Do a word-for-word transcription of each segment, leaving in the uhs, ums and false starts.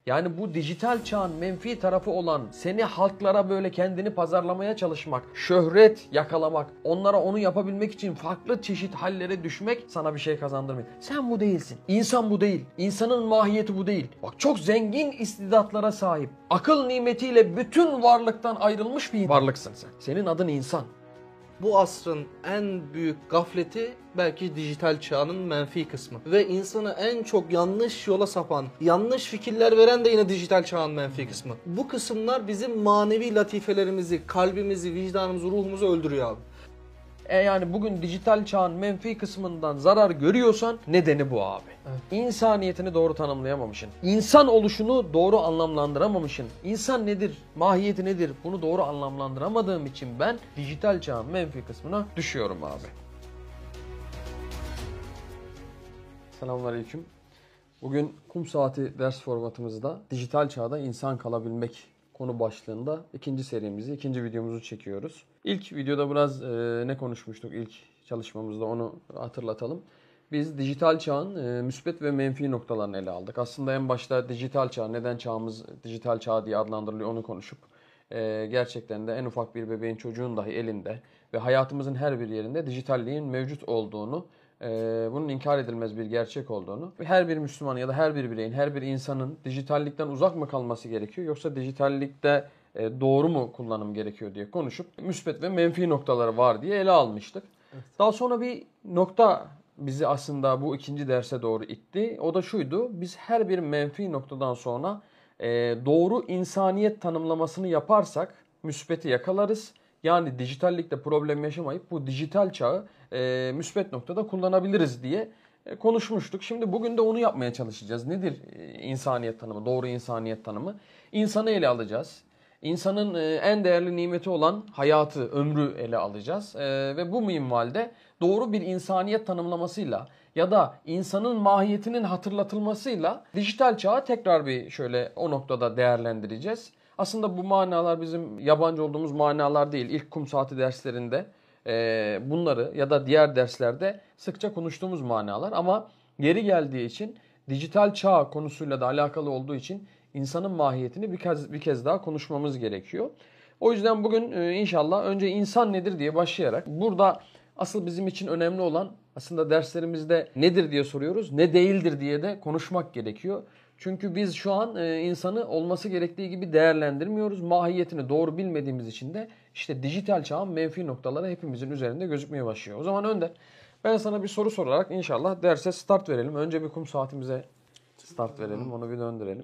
Yani bu dijital çağın menfi tarafı olan seni halklara böyle kendini pazarlamaya çalışmak, şöhret yakalamak, onlara onu yapabilmek için farklı çeşit hallere düşmek sana bir şey kazandırmıyor. Sen bu değilsin. İnsan bu değil. İnsanın mahiyeti bu değil. Bak çok zengin istidatlara sahip, akıl nimetiyle bütün varlıktan ayrılmış bir varlıksın sen. Senin adın insan. Bu asrın en büyük gafleti belki dijital çağının menfi kısmı. Ve insanı en çok yanlış yola sapan, yanlış fikirler veren de yine dijital çağın menfi kısmı. Bu kısımlar bizim manevi latifelerimizi, kalbimizi, vicdanımızı, ruhumuzu öldürüyor abi. E yani bugün dijital çağın menfi kısmından zarar görüyorsan nedeni bu abi. Evet. İnsaniyetini doğru tanımlayamamışsın. İnsan oluşunu doğru anlamlandıramamışsın. İnsan nedir? Mahiyeti nedir? Bunu doğru anlamlandıramadığım için ben dijital çağın menfi kısmına düşüyorum abi. Selamünaleyküm. Bugün kum saati ders formatımızda dijital çağda insan kalabilmek konu başlığında ikinci serimizi, ikinci videomuzu çekiyoruz. İlk videoda biraz e, ne konuşmuştuk ilk çalışmamızda onu hatırlatalım. Biz dijital çağın e, müsbet ve menfi noktalarını ele aldık. Aslında en başta dijital çağ, neden çağımız dijital çağ diye adlandırılıyor onu konuşup e, gerçekten de en ufak bir bebeğin, çocuğun dahi elinde ve hayatımızın her bir yerinde dijitalliğin mevcut olduğunu, Ee, bunun inkar edilmez bir gerçek olduğunu, her bir Müslüman ya da her bir bireyin, her bir insanın dijitallikten uzak mı kalması gerekiyor yoksa dijitallikte e, doğru mu kullanım gerekiyor diye konuşup müsbet ve menfi noktaları var diye ele almıştık. Evet. Daha sonra bir nokta bizi aslında bu ikinci derse doğru itti. O da şuydu: biz her bir menfi noktadan sonra e, doğru insaniyet tanımlamasını yaparsak müsbeti yakalarız. Yani dijitallikte problem yaşamayıp bu dijital çağı e, müsbet noktada kullanabiliriz diye e, konuşmuştuk. Şimdi bugün de onu yapmaya çalışacağız. Nedir e, insaniyet tanımı, doğru insaniyet tanımı? İnsanı ele alacağız. İnsanın e, en değerli nimeti olan hayatı, ömrü ele alacağız. E, ve bu minvalde doğru bir insaniyet tanımlamasıyla ya da insanın mahiyetinin hatırlatılmasıyla dijital çağı tekrar bir şöyle o noktada değerlendireceğiz. Aslında bu manalar bizim yabancı olduğumuz manalar değil. İlk kum saati derslerinde e, bunları ya da diğer derslerde sıkça konuştuğumuz manalar. Ama yeri geldiği için dijital çağ konusuyla da alakalı olduğu için insanın mahiyetini bir kez, bir kez daha konuşmamız gerekiyor. O yüzden bugün e, inşallah önce insan nedir diye başlayarak burada asıl bizim için önemli olan aslında derslerimizde nedir diye soruyoruz. Ne değildir diye de konuşmak gerekiyor. Çünkü biz şu an e, insanı olması gerektiği gibi değerlendirmiyoruz. Mahiyetini doğru bilmediğimiz için de işte dijital çağın menfi noktaları hepimizin üzerinde gözükmeye başlıyor. O zaman Önder, ben sana bir soru sorarak inşallah derse start verelim. Önce bir kum saatimize start verelim. Onu bir döndürelim.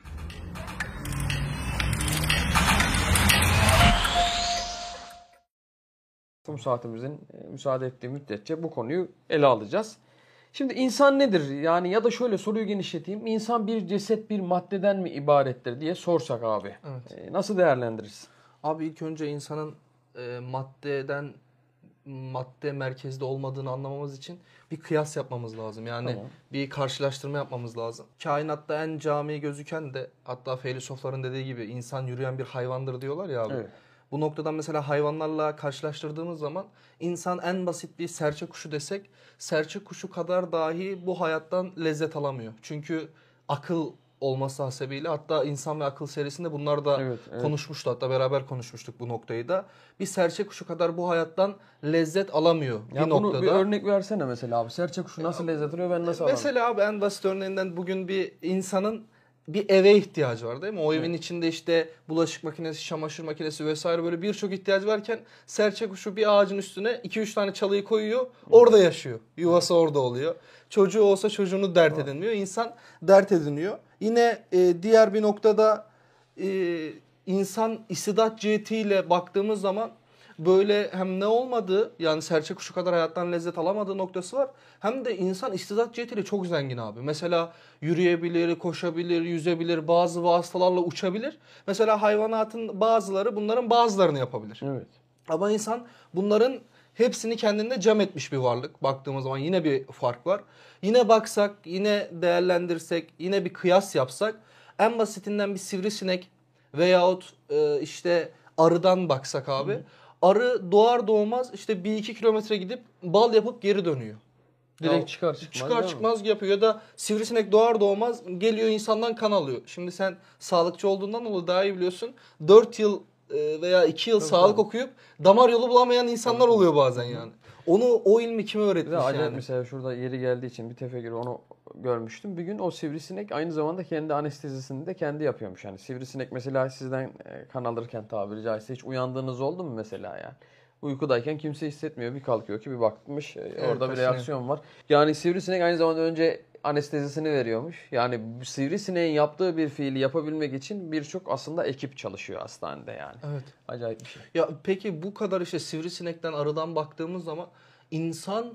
Kum saatimizin müsaade ettiği müddetçe bu konuyu ele alacağız. Şimdi insan nedir? Yani ya da şöyle soruyu genişleteyim. İnsan bir ceset, bir maddeden mi ibarettir diye sorsak abi. Evet. E, nasıl değerlendiririz? Abi ilk önce insanın e, maddeden madde merkezde olmadığını anlamamız için bir kıyas yapmamız lazım. Yani tamam, bir karşılaştırma yapmamız lazım. Kainatta en cami gözüken de hatta filozofların dediği gibi insan yürüyen bir hayvandır diyorlar ya abi. Evet. Bu noktadan mesela hayvanlarla karşılaştırdığımız zaman insan en basit bir serçe kuşu desek serçe kuşu kadar dahi bu hayattan lezzet alamıyor. Çünkü akıl olması hasebiyle hatta insan ve akıl serisinde bunlar da evet, evet. konuşmuştu. Hatta beraber konuşmuştuk bu noktayı da. Bir serçe kuşu kadar bu hayattan lezzet alamıyor ya bir bunu noktada. Bir örnek versene mesela abi. Serçe kuşu nasıl lezzet alıyor, ben nasıl alamıyorum? Mesela abi en basit örneğinden bugün bir insanın bir eve ihtiyacı var değil mi? O evet. evin içinde işte bulaşık makinesi, çamaşır makinesi vesaire böyle birçok ihtiyacı varken serçe kuşu bir ağacın üstüne iki üç tane çalıyı koyuyor. Orada yaşıyor. Yuvası orada oluyor. Çocuğu olsa çocuğunu dert edinmiyor. İnsan dert ediniyor. Yine e, diğer bir noktada e, insan istidat cihetiyle baktığımız zaman böyle hem ne olmadığı yani serçe kuşu kadar hayattan lezzet alamadığı noktası var. Hem de insan istidat cihetiyle çok zengin abi. Mesela yürüyebilir, koşabilir, yüzebilir, bazı vasıtalarla uçabilir. Mesela hayvanatın bazıları bunların bazılarını yapabilir. Evet. Ama insan bunların hepsini kendinde cem etmiş bir varlık. Baktığımız zaman yine bir fark var. Yine baksak, yine değerlendirsek, yine bir kıyas yapsak en basitinden bir sivrisinek veyahut e, işte arıdan baksak abi. Hı. Arı doğar doğmaz işte bir iki kilometre gidip bal yapıp geri dönüyor. Direkt Ya, çıkar çıkmaz çıkar değil mi? çıkmaz yapıyor ya da sivrisinek doğar doğmaz geliyor insandan kan alıyor. Şimdi sen sağlıkçı olduğundan dolayı daha iyi biliyorsun. dört yıl e, veya iki yıl Tabii, sağlık tabii. okuyup damar yolu bulamayan insanlar Tabii, tabii. oluyor bazen yani. Onu o ilmi kime Bir de öğretmiş acayip yani? mesela şurada yeri geldiği için bir tefekkür onu görmüştüm. Bir gün o sivrisinek aynı zamanda kendi anestezisini de kendi yapıyormuş. Yani sivrisinek mesela sizden e, kan alırken tabiri caizse hiç uyandığınız oldu mu mesela yani? Uykudayken kimse hissetmiyor. Bir kalkıyor ki bir bakmış e, orada bir kaşınıyor. reaksiyon var. Yani sivrisinek aynı zamanda önce anestezisini veriyormuş. Yani bu sivrisineğin yaptığı bir fiili yapabilmek için birçok aslında ekip çalışıyor hastanede yani. Evet. Acayip bir şey. Ya peki bu kadar işte sivrisinekten arıdan baktığımız zaman insan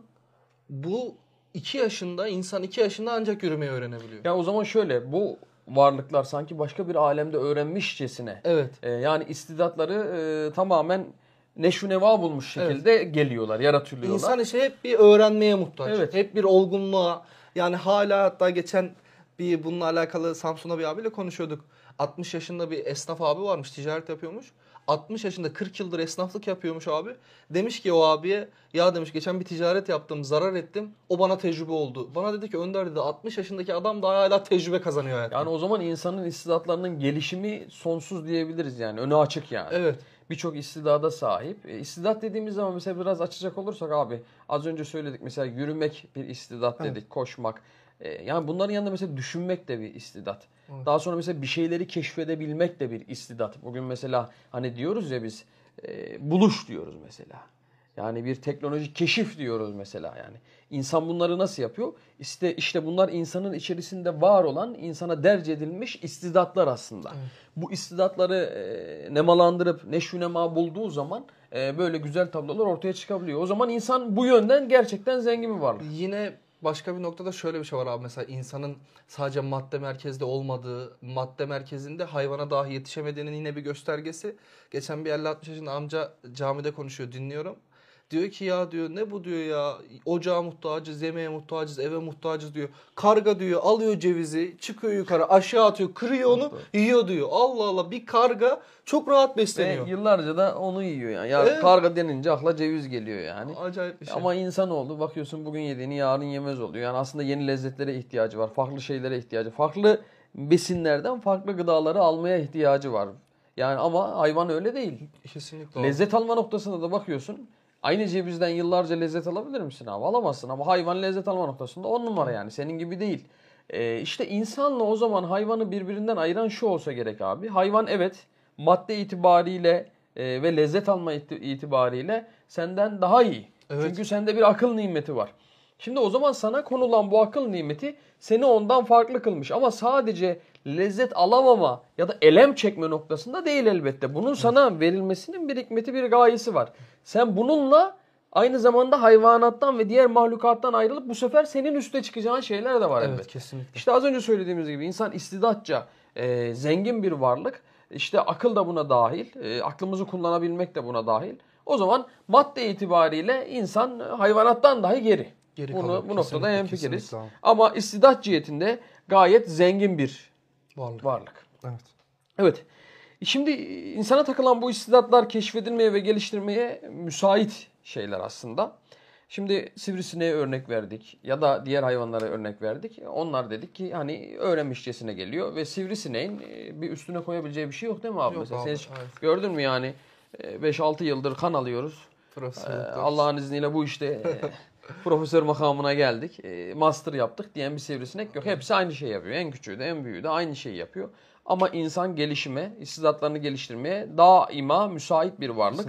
bu iki yaşında insan iki yaşında ancak yürümeyi öğrenebiliyor. Ya o zaman şöyle bu varlıklar sanki başka bir alemde öğrenmişçesine. Evet. e, yani istidatları e, tamamen neşu neva bulmuş şekilde geliyorlar, yaratılıyorlar. İnsan işte hep bir öğrenmeye muhtaç. Evet. Hep bir olgunluğa. Yani hala hatta geçen bir bununla alakalı Samsun'da bir abiyle konuşuyorduk. altmış yaşında bir esnaf abi varmış, ticaret yapıyormuş. altmış yaşında kırk yıldır esnaflık yapıyormuş abi. Demiş ki o abiye ya demiş geçen bir ticaret yaptım, zarar ettim. O bana tecrübe oldu. Bana dedi ki Önder dedi altmış yaşındaki adam daha hala tecrübe kazanıyor hayatta. Yani o zaman insanın istidatlarının gelişimi sonsuz diyebiliriz yani. Önü açık yani. Evet. Birçok istidada sahip. E, istidat dediğimiz zaman mesela biraz açacak olursak abi az önce söyledik mesela yürümek bir istidat dedik, Evet. koşmak. E, yani bunların yanında mesela düşünmek de bir istidat. Evet. Daha sonra mesela bir şeyleri keşfedebilmek de bir istidat. Bugün mesela hani diyoruz ya biz e, buluş diyoruz mesela. Yani bir teknolojik keşif diyoruz mesela yani. İnsan bunları nasıl yapıyor? İşte işte bunlar insanın içerisinde var olan, insana derc edilmiş istidatlar aslında. Evet. Bu istidatları e, nemalandırıp neşü nema bulduğu zaman e, böyle güzel tablolar ortaya çıkabiliyor. O zaman insan bu yönden gerçekten zengin bir varlık. Yine başka bir noktada şöyle bir şey var abi, mesela insanın sadece madde merkezde olmadığı, madde merkezinde hayvana dahi yetişemediğinin yine bir göstergesi. Geçen bir elli altmış yaşında amca camide konuşuyor, dinliyorum. Diyor ki ya diyor ne bu diyor ya, ocağa muhtacız, yemeğe muhtacız, eve muhtacız diyor. Karga diyor alıyor cevizi, çıkıyor yukarı aşağı atıyor, kırıyor onu, yiyor diyor. Allah Allah, bir karga çok rahat besleniyor. Ve yıllarca da onu yiyor yani. Ya Evet. karga denince akla ceviz geliyor yani. Acayip bir şey. Ama insanoğlu bakıyorsun bugün yediğini yarın yemez oluyor. Yani aslında yeni lezzetlere ihtiyacı var. Farklı şeylere ihtiyacı. Farklı besinlerden farklı gıdaları almaya ihtiyacı var. Yani ama hayvan öyle değil. Kesinlikle. Lezzet alma noktasında da bakıyorsun. Aynı cevizden yıllarca lezzet alabilir misin abi? Alamazsın ama hayvan lezzet alma noktasında on numara yani. Senin gibi değil. Ee, işte insanla o zaman hayvanı birbirinden ayıran şu olsa gerek abi. Hayvan evet madde itibariyle e, ve lezzet alma iti- itibariyle senden daha iyi. Evet. Çünkü sende bir akıl nimeti var. Şimdi o zaman sana konulan bu akıl nimeti seni ondan farklı kılmış. Ama sadece lezzet alamama ya da elem çekme noktasında değil elbette. Bunun sana verilmesinin bir hikmeti, bir gayesi var. Sen bununla aynı zamanda hayvanattan ve diğer mahlukattan ayrılıp bu sefer senin üste çıkacağın şeyler de var Evet, elbette. kesinlikle. İşte az önce söylediğimiz gibi insan istidatça e, zengin bir varlık. İşte akıl da buna dahil. E, aklımızı kullanabilmek de buna dahil. O zaman madde itibariyle insan hayvanattan dahi geri. Geri Bunu kalıyor. bu noktada Kesinlikle, hemfikiriz. kesinlikle abi. Ama istidat cihetinde gayet zengin bir Varlık. varlık. Evet. Evet. Şimdi insana takılan bu istidatlar keşfedilmeye ve geliştirmeye müsait şeyler aslında. Şimdi sivrisineğe örnek verdik ya da diğer hayvanlara örnek verdik. Onlar dedik ki hani öğrenmişçesine geliyor ve sivrisineğin bir üstüne koyabileceği bir şey yok değil mi abi? Yok Mesela abi, sen hiç evet. gördün mü yani beş altı yıldır kan alıyoruz. Profesör Ee, doktor. Allah'ın izniyle bu işte e, profesör makamına geldik. E, master yaptık diyen bir sivrisinek yok. Hepsi aynı şey yapıyor. En küçüğü de en büyüğü de aynı şeyi yapıyor. Ama insan gelişime, istidatlarını geliştirmeye daima müsait bir varlık.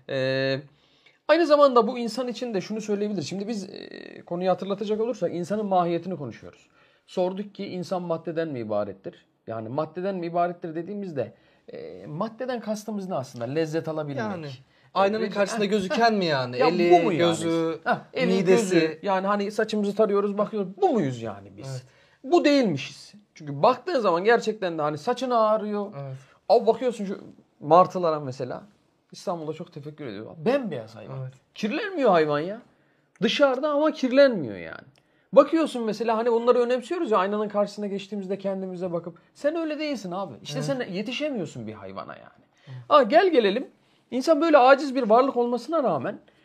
E, aynı zamanda bu insan için de şunu söyleyebilir. Şimdi biz e, konuyu hatırlatacak olursak insanın mahiyetini konuşuyoruz. Sorduk ki insan maddeden mi ibarettir? Yani maddeden mi ibarettir dediğimizde e, maddeden kastımız ne aslında? Lezzet alabilmek. Yani aynanın E, karşısında eh, gözüken mi yani? ya Eli, bu mu yani? gözü, Ha, eli, midesi. gözü. Yani hani saçımızı tarıyoruz, bakıyoruz. Bu muyuz yani biz? Evet. Bu değilmişiz. Çünkü baktığın zaman gerçekten de hani saçın ağrıyor. Evet. Abi bakıyorsun şu martılara mesela. İstanbul'da çok tefekkür ediyor. Bembeyaz hayvan. Evet. Kirlenmiyor hayvan ya. Dışarıda ama kirlenmiyor yani. Bakıyorsun mesela hani bunları önemsiyoruz ya aynanın karşısına geçtiğimizde kendimize bakıp. Sen öyle değilsin abi. İşte Evet. sen yetişemiyorsun bir hayvana yani. Ha, gel gelelim. İnsan böyle aciz bir varlık olmasına rağmen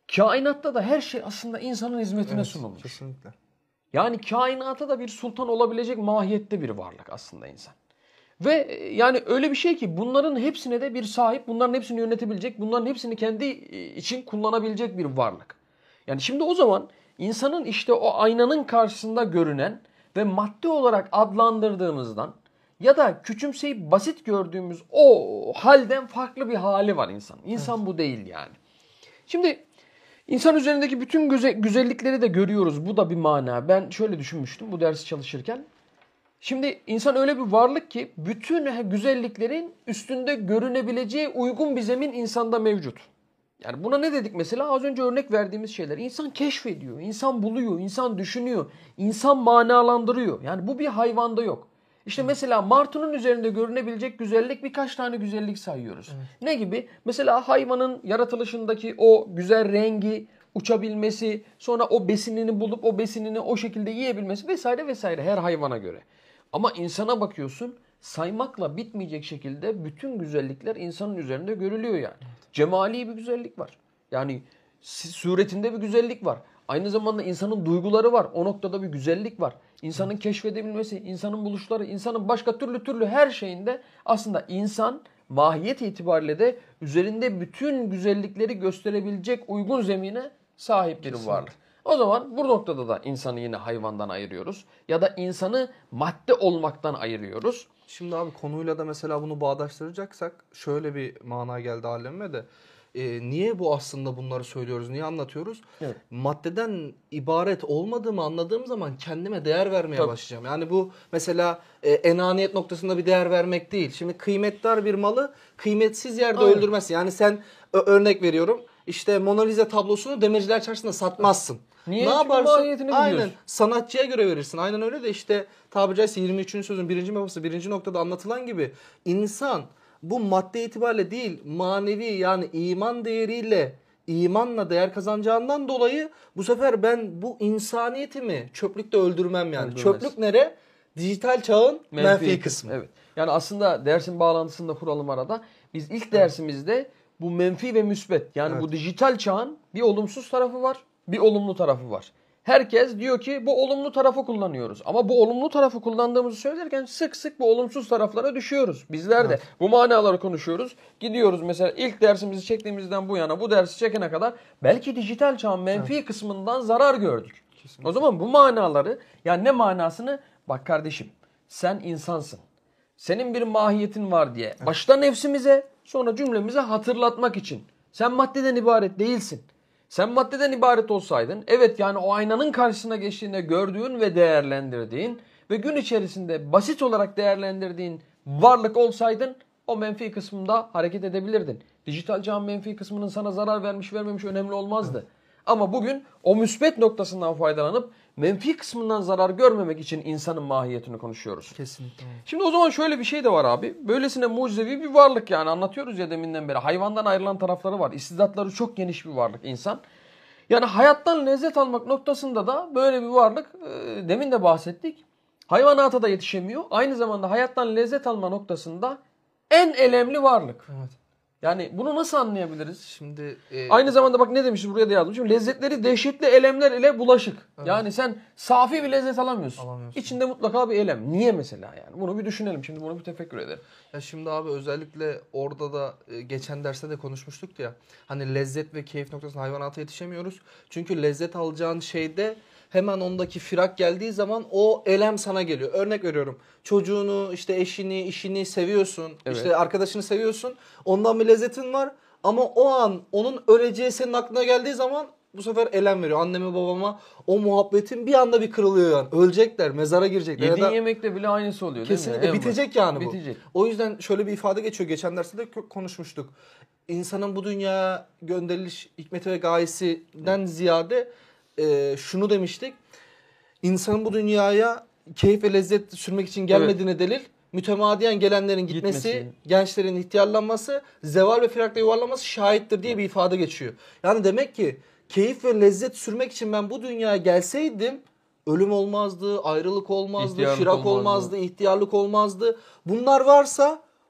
Kainatta da her şey aslında insanın hizmetine Evet, sunulmuş. kesinlikle. Yani kainata da bir sultan olabilecek mahiyette bir varlık aslında insan. Ve e, yani öyle bir şey ki bunların hepsine de bir sahip, bunların hepsini yönetebilecek, bunların hepsini kendi e, için kullanabilecek bir varlık. Yani şimdi o zaman insanın işte o aynanın karşısında görünen ve madde olarak adlandırdığımızdan ya da küçümseyip basit gördüğümüz o halden farklı bir hali var insan. İnsan evet. Bu değil yani. Şimdi insan üzerindeki bütün güze- güzellikleri de görüyoruz. Bu da bir mana. Ben şöyle düşünmüştüm bu dersi çalışırken. Şimdi insan öyle bir varlık ki bütün güzelliklerin üstünde görünebileceği uygun bir zemin insanda mevcut. Yani buna ne dedik mesela? Az önce örnek verdiğimiz şeyler. İnsan keşfediyor, insan buluyor, insan düşünüyor, insan manalandırıyor. Yani bu bir hayvanda yok. İşte mesela martının üzerinde görünebilecek güzellik birkaç tane güzellik sayıyoruz. Evet. Ne gibi? Mesela hayvanın yaratılışındaki o güzel rengi, uçabilmesi, sonra o besinini bulup o besinini o şekilde yiyebilmesi vesaire vesaire her hayvana göre. Ama insana bakıyorsun saymakla bitmeyecek şekilde bütün güzellikler insanın üzerinde görülüyor yani. Evet. Cemali bir güzellik var. Yani suretinde bir güzellik var. Aynı zamanda insanın duyguları var. O noktada bir güzellik var. İnsanın evet. keşfedebilmesi, insanın buluşları, insanın başka türlü türlü her şeyinde aslında insan mahiyet itibariyle de üzerinde bütün güzellikleri gösterebilecek uygun zemine sahip bir varlık. O zaman bu noktada da insanı yine hayvandan ayırıyoruz. Ya da insanı madde olmaktan ayırıyoruz. Şimdi abi konuyla da mesela bunu bağdaştıracaksak şöyle bir mana geldi aleme de. Ee, niye bu aslında bunları söylüyoruz, niye anlatıyoruz? Evet. Maddeden ibaret olmadığımı anladığım zaman kendime değer vermeye Tabii. başlayacağım. Yani bu mesela e, enaniyet noktasında bir değer vermek değil. Şimdi kıymetdar bir malı kıymetsiz yerde Aynen. öldürmezsin. Yani sen örnek veriyorum işte Mona Lisa tablosunu demirciler çarşısında satmazsın. Niye? Ne yaparsın? Aynen. Biliyorsun. Sanatçıya göre verirsin. Aynen öyle de işte tabiri caizse yirmi üçüncü sözün birinci mefhumu birinci noktada anlatılan gibi insan bu madde itibariyle değil manevi yani iman değeriyle imanla değer kazanacağından dolayı bu sefer ben bu insaniyetimi çöplükte öldürmem yani. Öldürmez. Çöplük nere? Dijital çağın menfi, menfi kısmı. Evet. Yani aslında dersin bağlantısında kuralım arada. Biz ilk dersimizde bu menfi ve müsbet yani evet. bu dijital çağın bir olumsuz tarafı var, bir olumlu tarafı var. Herkes diyor ki bu olumlu tarafı kullanıyoruz. Ama bu olumlu tarafı kullandığımızı söylerken sık sık bu olumsuz taraflara düşüyoruz. Bizler de evet. bu manaları konuşuyoruz. Gidiyoruz mesela ilk dersimizi çektiğimizden bu yana bu dersi çekene kadar belki dijital çağın menfi evet. kısmından zarar gördük. Kesinlikle. O zaman bu manaları yani ne manasını bak kardeşim sen insansın. Senin bir mahiyetin var diye evet. başta nefsimize sonra cümlemize hatırlatmak için. Sen maddeden ibaret değilsin. Sen maddeden ibaret olsaydın, evet yani o aynanın karşısına geçtiğinde gördüğün ve değerlendirdiğin ve gün içerisinde basit olarak değerlendirdiğin varlık olsaydın o menfi kısmında hareket edebilirdin. Dijital çağın menfi kısmının sana zarar vermiş vermemiş önemli olmazdı. Evet. Ama bugün o müsbet noktasından faydalanıp menfi kısmından zarar görmemek için insanın mahiyetini konuşuyoruz. Kesinlikle. Şimdi o zaman şöyle bir şey de var abi. Böylesine mucizevi bir varlık yani anlatıyoruz ya deminden beri. Hayvandan ayrılan tarafları var. İstidatları çok geniş bir varlık insan. Yani hayattan lezzet almak noktasında da böyle bir varlık e, demin de bahsettik. Hayvanata da yetişemiyor. Aynı zamanda hayattan lezzet alma noktasında en elemli varlık. Evet. Yani bunu nasıl anlayabiliriz? Şimdi e... aynı zamanda bak ne demişiz buraya da yazdım. Şimdi lezzetleri dehşetli elemler ile bulaşık. Evet. Yani sen safi bir lezzet alamıyorsun. alamıyorsun. İçinde mutlaka bir elem. Niye mesela yani? Bunu bir düşünelim. Şimdi bunu bir tefekkür edelim. Ya şimdi abi özellikle orada da geçen derste de konuşmuştuk ya. Hani lezzet ve keyif noktasında hayvanata yetişemiyoruz. Çünkü lezzet alacağın şeyde hemen ondaki firak geldiği zaman o elem sana geliyor. Örnek veriyorum. Çocuğunu, işte eşini, işini seviyorsun. Evet. İşte arkadaşını seviyorsun. Ondan bir lezzetin var. Ama o an onun öleceği senin aklına geldiği zaman bu sefer elem veriyor. Anneme babama o muhabbetin bir anda bir kırılıyor yani. Ölecekler, mezara girecekler. Yediğin ya yemekte bile aynısı oluyor değil kesinlikle mi? Bitecek baş. Yani bu. Bitecek. O yüzden şöyle bir ifade geçiyor. Geçen derste de konuşmuştuk. İnsanın bu dünyaya gönderiliş hikmeti ve gayesinden ziyade e, şunu demiştik. İnsanın bu dünyaya keyif ve lezzet sürmek için gelmediğine evet. delil. Mütemadiyen gelenlerin gitmesi, Gitmesi, gençlerin ihtiyarlanması, zeval ve firakla yuvarlanması şahittir diye bir ifade geçiyor. Yani demek ki keyif ve lezzet sürmek için ben bu dünyaya gelseydim ölüm olmazdı, ayrılık olmazdı, firak olmazdı. olmazdı, ihtiyarlık olmazdı. Bunlar varsa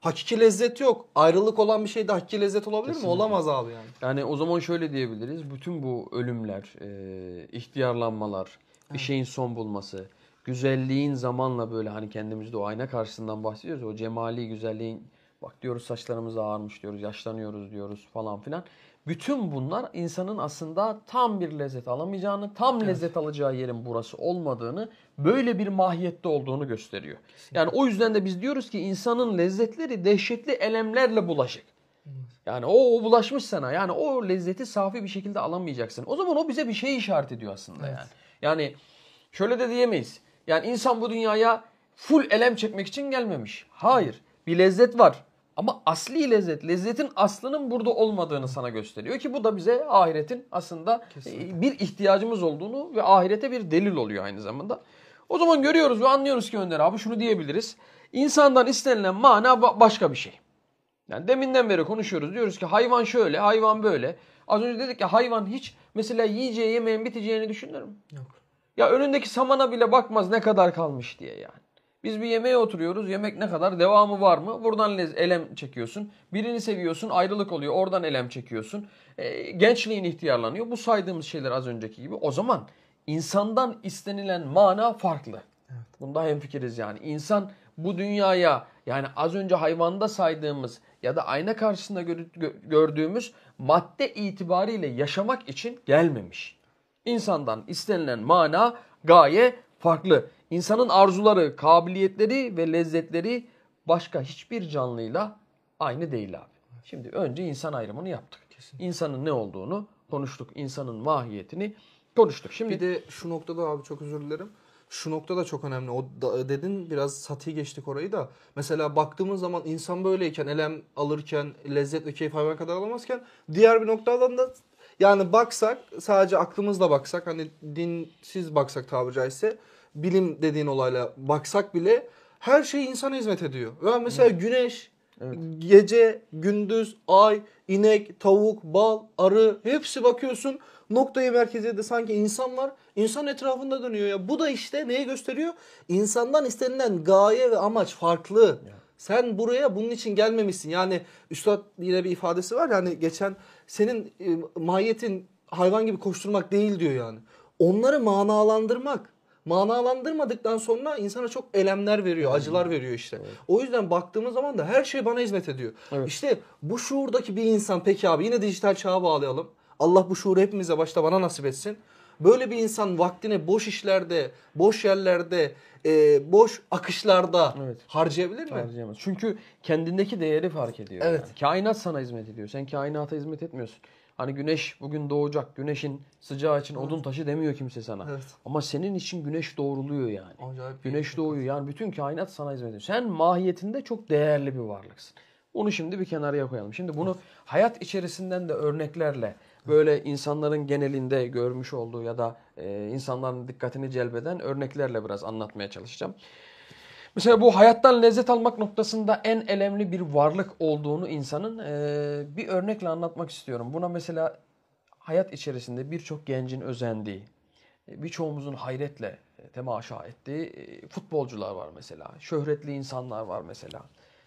Hakiki lezzet yok. Ayrılık olan bir şeyde hakiki lezzet olabilir Kesinlikle. mi? Olamaz abi yani. Yani o zaman şöyle diyebiliriz. Bütün bu ölümler, e, ihtiyarlanmalar, bir şeyin son bulması, güzelliğin zamanla böyle hani kendimizde o ayna karşısından bahsediyoruz. O cemali güzelliğin bak diyoruz saçlarımız ağarmış diyoruz, yaşlanıyoruz diyoruz falan filan. Bütün bunlar insanın aslında tam bir lezzet alamayacağını, tam Evet. lezzet alacağı yerin burası olmadığını, böyle bir mahiyette olduğunu gösteriyor. Yani o yüzden de biz diyoruz ki insanın lezzetleri dehşetli elemlerle bulaşık. Yani o, o bulaşmış sana. Yani o lezzeti safi bir şekilde alamayacaksın. O zaman o bize bir şey işaret ediyor aslında Evet. yani. Yani şöyle de diyemeyiz. Yani insan bu dünyaya full elem çekmek için gelmemiş. Hayır. Bir lezzet var. Ama asli lezzet, lezzetin aslının burada olmadığını sana gösteriyor ki bu da bize ahiretin aslında Kesinlikle. bir ihtiyacımız olduğunu ve ahirete bir delil oluyor aynı zamanda. O zaman görüyoruz ve anlıyoruz ki Önder abi şunu diyebiliriz. İnsandan istenilen mana ba- başka bir şey. Yani deminden beri konuşuyoruz. Diyoruz ki hayvan şöyle, hayvan böyle. Az önce dedik ki hayvan hiç mesela yiyeceği yemeğin biteceğini düşünür mü? Yok. Ya önündeki samana bile bakmaz ne kadar kalmış diye yani. Biz bir yemeğe oturuyoruz. Yemek ne kadar? Devamı var mı? Buradan lez- elem çekiyorsun. Birini seviyorsun. Ayrılık oluyor. Oradan elem çekiyorsun. E, gençliğin ihtiyarlanıyor. Bu saydığımız şeyler az önceki gibi. O zaman insandan istenilen mana farklı. Evet. Bunda hemfikiriz yani. İnsan bu dünyaya yani az önce hayvanda saydığımız ya da ayna karşısında gör- gö- gördüğümüz madde itibariyle yaşamak için gelmemiş. İnsandan istenilen mana gaye farklı. İnsanın arzuları, kabiliyetleri ve lezzetleri başka hiçbir canlıyla aynı değil abi. Şimdi önce insan ayrımını yaptık. Kesinlikle. İnsanın ne olduğunu konuştuk. İnsanın mahiyetini konuştuk. Şimdi Bir de şu noktada abi çok özür dilerim. Şu nokta da çok önemli. O da, dedin biraz sati geçtik orayı da. Mesela baktığımız zaman insan böyleyken, elem alırken, lezzet ve keyif hayvan kadar alamazken diğer bir noktadan da yani baksak sadece aklımızla baksak hani dinsiz baksak tabiri caizse bilim dediğin olayla baksak bile her şey insana hizmet ediyor. Ve mesela güneş, Evet. gece, gündüz, ay, inek, tavuk, bal, arı hepsi bakıyorsun noktayı merkeze de sanki insan var. İnsan etrafında dönüyor ya. Bu da işte neyi gösteriyor? İnsandan istenilen gaye ve amaç farklı. Ya. Sen buraya bunun için gelmemişsin. Yani üstad yine bir ifadesi var. Yani geçen senin e, mahiyetin hayvan gibi koşturmak değil diyor yani. Onları manalandırmak. Manalandırmadıktan sonra insana çok elemler veriyor, acılar veriyor işte. Evet. O yüzden baktığımız zaman da her şey bana hizmet ediyor. Evet. İşte bu şuurdaki bir insan peki abi yine dijital çağa bağlayalım. Allah bu şuuru hepimize başta bana nasip etsin. Böyle bir insan vaktini boş işlerde, boş yerlerde, e, boş akışlarda Evet. harcayabilir mi? Harcayamaz. Çünkü kendindeki değeri fark ediyor. Evet. Yani. Kainat sana hizmet ediyor. Sen kainata hizmet etmiyorsun. Hani güneş bugün doğacak. Güneşin sıcağı için odun taşı demiyor kimse sana. Evet. Ama senin için güneş doğruluyor yani. Acayip bir Güneş doğuyor. Yani bütün kainat sana hizmet ediyor. Sen mahiyetinde çok değerli bir varlıksın. Onu şimdi bir kenarıya koyalım. Şimdi bunu hayat içerisinden de örneklerle böyle insanların genelinde görmüş olduğu ya da e, insanların dikkatini celbeden örneklerle biraz anlatmaya çalışacağım. Mesela bu hayattan lezzet almak noktasında en önemli bir varlık olduğunu insanın e, bir örnekle anlatmak istiyorum. Buna mesela hayat içerisinde birçok gencin özendiği, e, birçoğumuzun hayretle e, temaşa ettiği e, futbolcular var mesela. Şöhretli insanlar var mesela.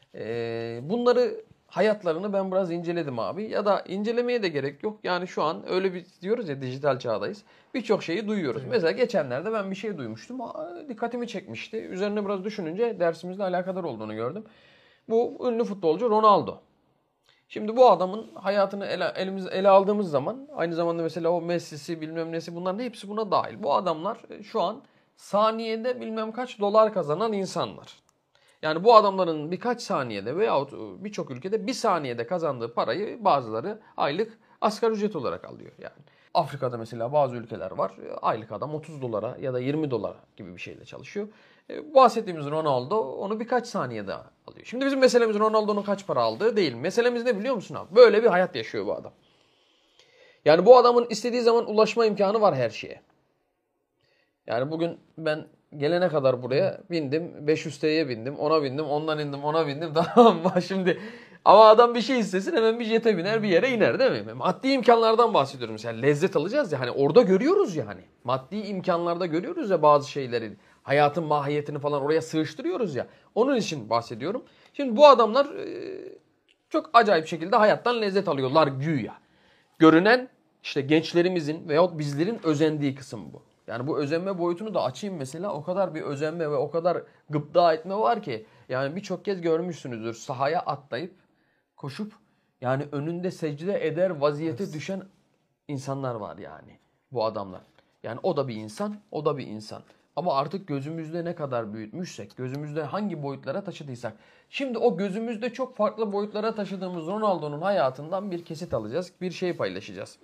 E, bunları hayatlarını ben biraz inceledim abi. Ya da incelemeye de gerek yok. Yani şu an öyle bir diyoruz ya dijital çağdayız. Birçok şeyi duyuyoruz. Evet. Mesela geçenlerde ben bir şey duymuştum. Aa, dikkatimi çekmişti. Üzerine biraz düşününce dersimizle alakadar olduğunu gördüm. Bu ünlü futbolcu Ronaldo. Şimdi bu adamın hayatını ele, elimiz, ele aldığımız zaman aynı zamanda mesela o Messi'si bilmem nesi bunların hepsi buna dahil. Bu adamlar şu an saniyede bilmem kaç dolar kazanan insanlar. Yani bu adamların birkaç saniyede veyahut birçok ülkede bir saniyede kazandığı parayı bazıları aylık asgari ücret olarak alıyor yani. Afrika'da mesela bazı ülkeler var. Aylık adam otuz dolara ya da yirmi dolara gibi bir şeyle çalışıyor. E, bahsettiğimiz Ronaldo onu birkaç saniyede alıyor. Şimdi bizim meselemiz Ronaldo'nun kaç para aldığı değil. Meselemiz ne biliyor musun abi? Böyle bir hayat yaşıyor bu adam. Yani bu adamın istediği zaman ulaşma imkanı var her şeye. Yani bugün ben gelene kadar buraya bindim. beş yüz T'ye bindim. Ona bindim. Ondan indim. Ona bindim. Tamam mı? Şimdi ama adam bir şey istesin hemen bir jete biner bir yere iner değil mi? Maddi imkanlardan bahsediyorum. Mesela lezzet alacağız ya. Hani orada görüyoruz ya hani. Maddi imkanlarda görüyoruz ya bazı şeyleri. Hayatın mahiyetini falan oraya sığıştırıyoruz ya. Onun için bahsediyorum. Şimdi bu adamlar e, çok acayip şekilde hayattan lezzet alıyorlar güya. Görünen işte gençlerimizin veyahut bizlerin özendiği kısım bu. Yani bu özenme boyutunu da açayım mesela. O kadar bir özenme ve o kadar gıpta etme var ki. Yani birçok kez görmüşsünüzdür. Sahaya atlayıp koşup yani önünde secde eder vaziyete evet. düşen insanlar var yani. Bu adamlar. Yani o da bir insan, o da bir insan. Ama artık gözümüzde ne kadar büyütmüşsek, gözümüzde hangi boyutlara taşıdıysak. Şimdi o gözümüzde çok farklı boyutlara taşıdığımız Ronaldo'nun hayatından bir kesit alacağız, bir şey paylaşacağız.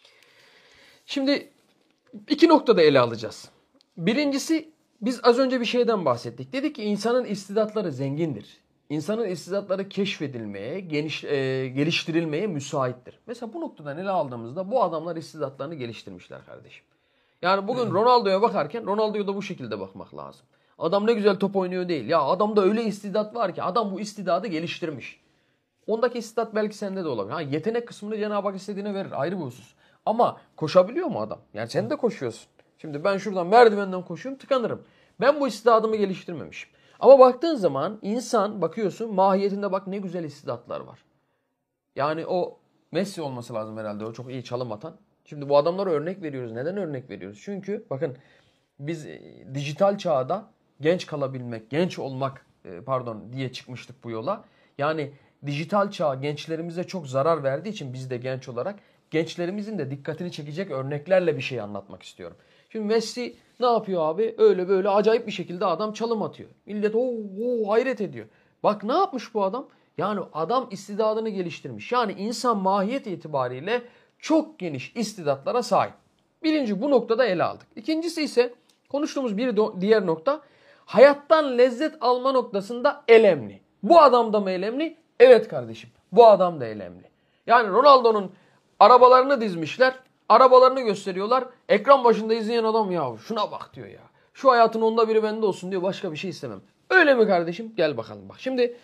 Şimdi iki noktada ele alacağız. Birincisi biz az önce bir şeyden bahsettik. Dedik ki insanın istidatları zengindir. İnsanın istidatları keşfedilmeye, geniş, e, geliştirilmeye müsaittir. Mesela bu noktadan ele aldığımızda bu adamlar istidatlarını geliştirmişler kardeşim. Yani bugün Ronaldo'ya bakarken Ronaldo'ya da bu şekilde bakmak lazım. Adam ne güzel top oynuyor değil. Ya adamda öyle istidat var ki adam bu istidadı geliştirmiş. Ondaki istidat belki sende de olabilir. Ha, yetenek kısmını Cenab-ı Hak istediğine verir. Ayrı bir husus. Ama koşabiliyor mu adam? Yani sen de koşuyorsun. Şimdi ben şuradan merdivenden koşuyorum tıkanırım. Ben bu istidadımı geliştirmemişim. Ama baktığın zaman insan bakıyorsun mahiyetinde bak ne güzel istidatlar var. Yani o Messi olması lazım herhalde o çok iyi çalım atan. Şimdi bu adamlara örnek veriyoruz. Neden örnek veriyoruz? Çünkü bakın biz e, dijital çağda genç kalabilmek, genç olmak e, pardon diye çıkmıştık bu yola. Yani dijital çağ gençlerimize çok zarar verdiği için biz de genç olarak gençlerimizin de dikkatini çekecek örneklerle bir şey anlatmak istiyorum. Şimdi Messi ne yapıyor abi? Öyle böyle acayip bir şekilde adam çalım atıyor. Millet o hayret ediyor. Bak ne yapmış bu adam? Yani adam istidadını geliştirmiş. Yani insan mahiyet itibariyle çok geniş istidatlara sahip. Birinci bu noktada ele aldık. İkincisi ise konuştuğumuz bir diğer nokta hayattan lezzet alma noktasında elemli. Bu adam da mı elemli? Evet kardeşim. Bu adam da elemli. Yani Ronaldo'nun arabalarını dizmişler. Arabalarını gösteriyorlar. Ekran başında izleyen adam ya şuna bak diyor ya. Şu hayatın onda biri bende olsun diyor. Başka bir şey istemem. Öyle mi kardeşim? Gel bakalım bak. Şimdi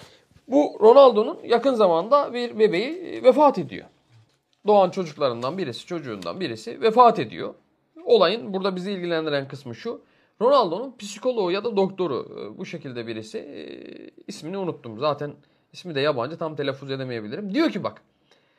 bu Ronaldo'nun yakın zamanda bir bebeği vefat ediyor. Doğan çocuklarından birisi, çocuğundan birisi vefat ediyor. Olayın burada bizi ilgilendiren kısmı şu. Ronaldo'nun psikoloğu ya da doktoru bu şekilde birisi ismini unuttum. Zaten ismi de yabancı tam telaffuz edemeyebilirim. Diyor ki bak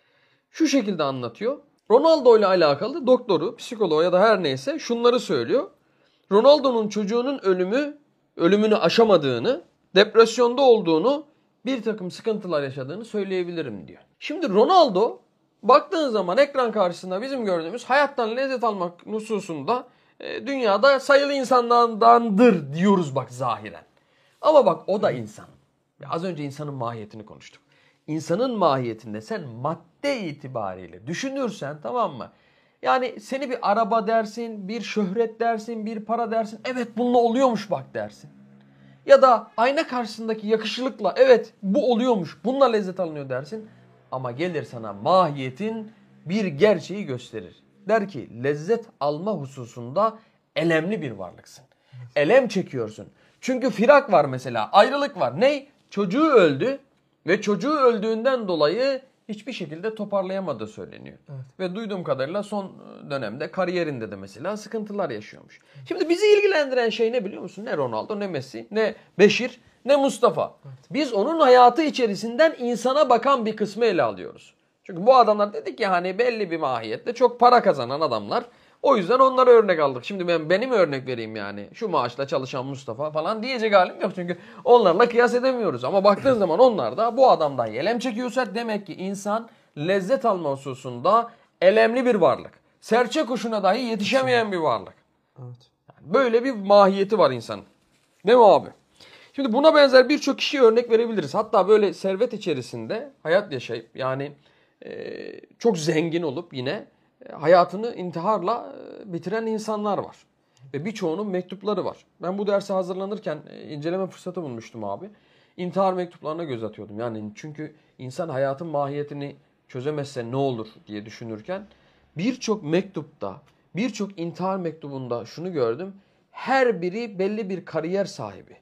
şu şekilde anlatıyor. Ronaldo ile alakalı doktoru, psikoloğu ya da her neyse şunları söylüyor. Ronaldo'nun çocuğunun ölümü, ölümünü aşamadığını, depresyonda olduğunu, bir takım sıkıntılar yaşadığını söyleyebilirim diyor. Şimdi Ronaldo baktığın zaman ekran karşısında bizim gördüğümüz hayattan lezzet almak hususunda e, dünyada sayılı insanlardandır diyoruz bak zahiren. Ama bak o da insan. Az önce insanın mahiyetini konuştuk. İnsanın mahiyetinde sen madde itibariyle düşünürsen tamam mı? Yani seni bir araba dersin, bir şöhret dersin, bir para dersin. Evet bununla oluyormuş bak dersin. Ya da ayna karşısındaki yakışıklıkla evet bu oluyormuş, bununla lezzet alınıyor dersin. Ama gelir sana mahiyetin bir gerçeği gösterir. Der ki lezzet alma hususunda elemli bir varlıksın. Elem çekiyorsun. Çünkü firak var mesela, ayrılık var. Ney? Çocuğu öldü ve çocuğu öldüğünden dolayı hiçbir şekilde toparlayamadığı söyleniyor. Evet. Ve duyduğum kadarıyla son dönemde kariyerinde de mesela sıkıntılar yaşıyormuş. Şimdi bizi ilgilendiren şey ne biliyor musun? Ne Ronaldo, ne Messi, ne Beşir, ne Mustafa. Evet. Biz onun hayatı içerisinden insana bakan bir kısmı ele alıyoruz. Çünkü bu adamlar dedik ya hani belli bir mahiyette çok para kazanan adamlar. O yüzden onlara örnek aldık. Şimdi ben benim örnek vereyim yani. Şu maaşla çalışan Mustafa falan diyecek halim yok. Çünkü onlarla kıyas edemiyoruz. Ama baktığın zaman onlar da bu adamdan elem çekiyorsa demek ki insan lezzet alma hususunda elemli bir varlık. Serçe kuşuna dahi yetişemeyen bir varlık. Evet. Yani böyle bir mahiyeti var insanın. Değil mi abi? Şimdi buna benzer birçok kişiye örnek verebiliriz. Hatta böyle servet içerisinde hayat yaşayıp yani e, çok zengin olup yine hayatını intiharla bitiren insanlar var. Ve birçoğunun mektupları var. Ben bu derse hazırlanırken inceleme fırsatı bulmuştum abi. İntihar mektuplarına göz atıyordum. Yani çünkü insan hayatın mahiyetini çözemezse ne olur diye düşünürken birçok mektupta, birçok intihar mektubunda şunu gördüm. Her biri belli bir kariyer sahibi.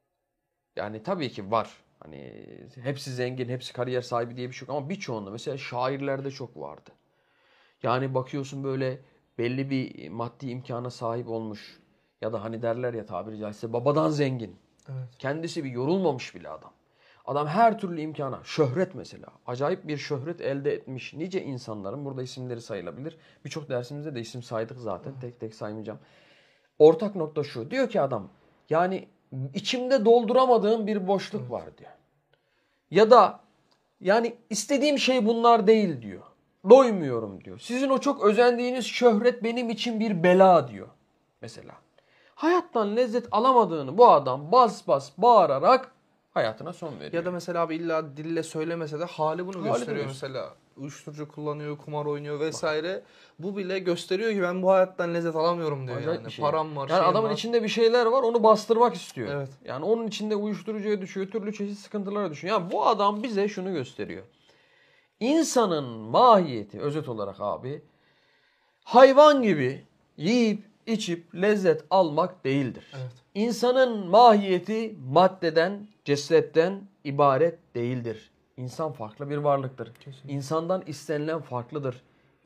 Yani tabii ki var. Hani hepsi zengin, hepsi kariyer sahibi diye bir şey yok ama birçoğunda mesela şairlerde çok vardı. Yani bakıyorsun böyle belli bir maddi imkana sahip olmuş ya da hani derler ya tabiri caizse babadan zengin. Evet. Kendisi bir yorulmamış bile adam. Adam her türlü imkana, şöhret mesela. Acayip bir şöhret elde etmiş nice insanların, burada isimleri sayılabilir. Birçok dersimizde de isim saydık zaten, tek tek saymayacağım. Ortak nokta şu, diyor ki adam, yani içimde dolduramadığım bir boşluk Evet. var diyor. Ya da yani istediğim şey bunlar değil diyor. Doymuyorum diyor. Sizin o çok özendiğiniz şöhret benim için bir bela diyor mesela. Hayattan lezzet alamadığını bu adam bas bas bağırarak hayatına son veriyor. Ya da mesela abi illa dille söylemese de hali bunu Hali de gösteriyor gösteriyor. mesela. Uyuşturucu kullanıyor, kumar oynuyor vesaire. Bu bile gösteriyor ki ben bu hayattan lezzet alamıyorum diyor Acayip yani. bir şey. Param var, Yani şeyim adamın var. içinde bir şeyler var, onu bastırmak istiyor. Evet. Yani onun içinde uyuşturucuya düşüyor, türlü çeşit sıkıntılara düşüyor. Yani bu adam bize şunu gösteriyor. İnsanın mahiyeti özet olarak abi hayvan gibi yiyip içip lezzet almak değildir. Evet. İnsanın mahiyeti maddeden, cesetten ibaret değildir. İnsan farklı bir varlıktır. Kesinlikle. İnsandan istenilen farklıdır.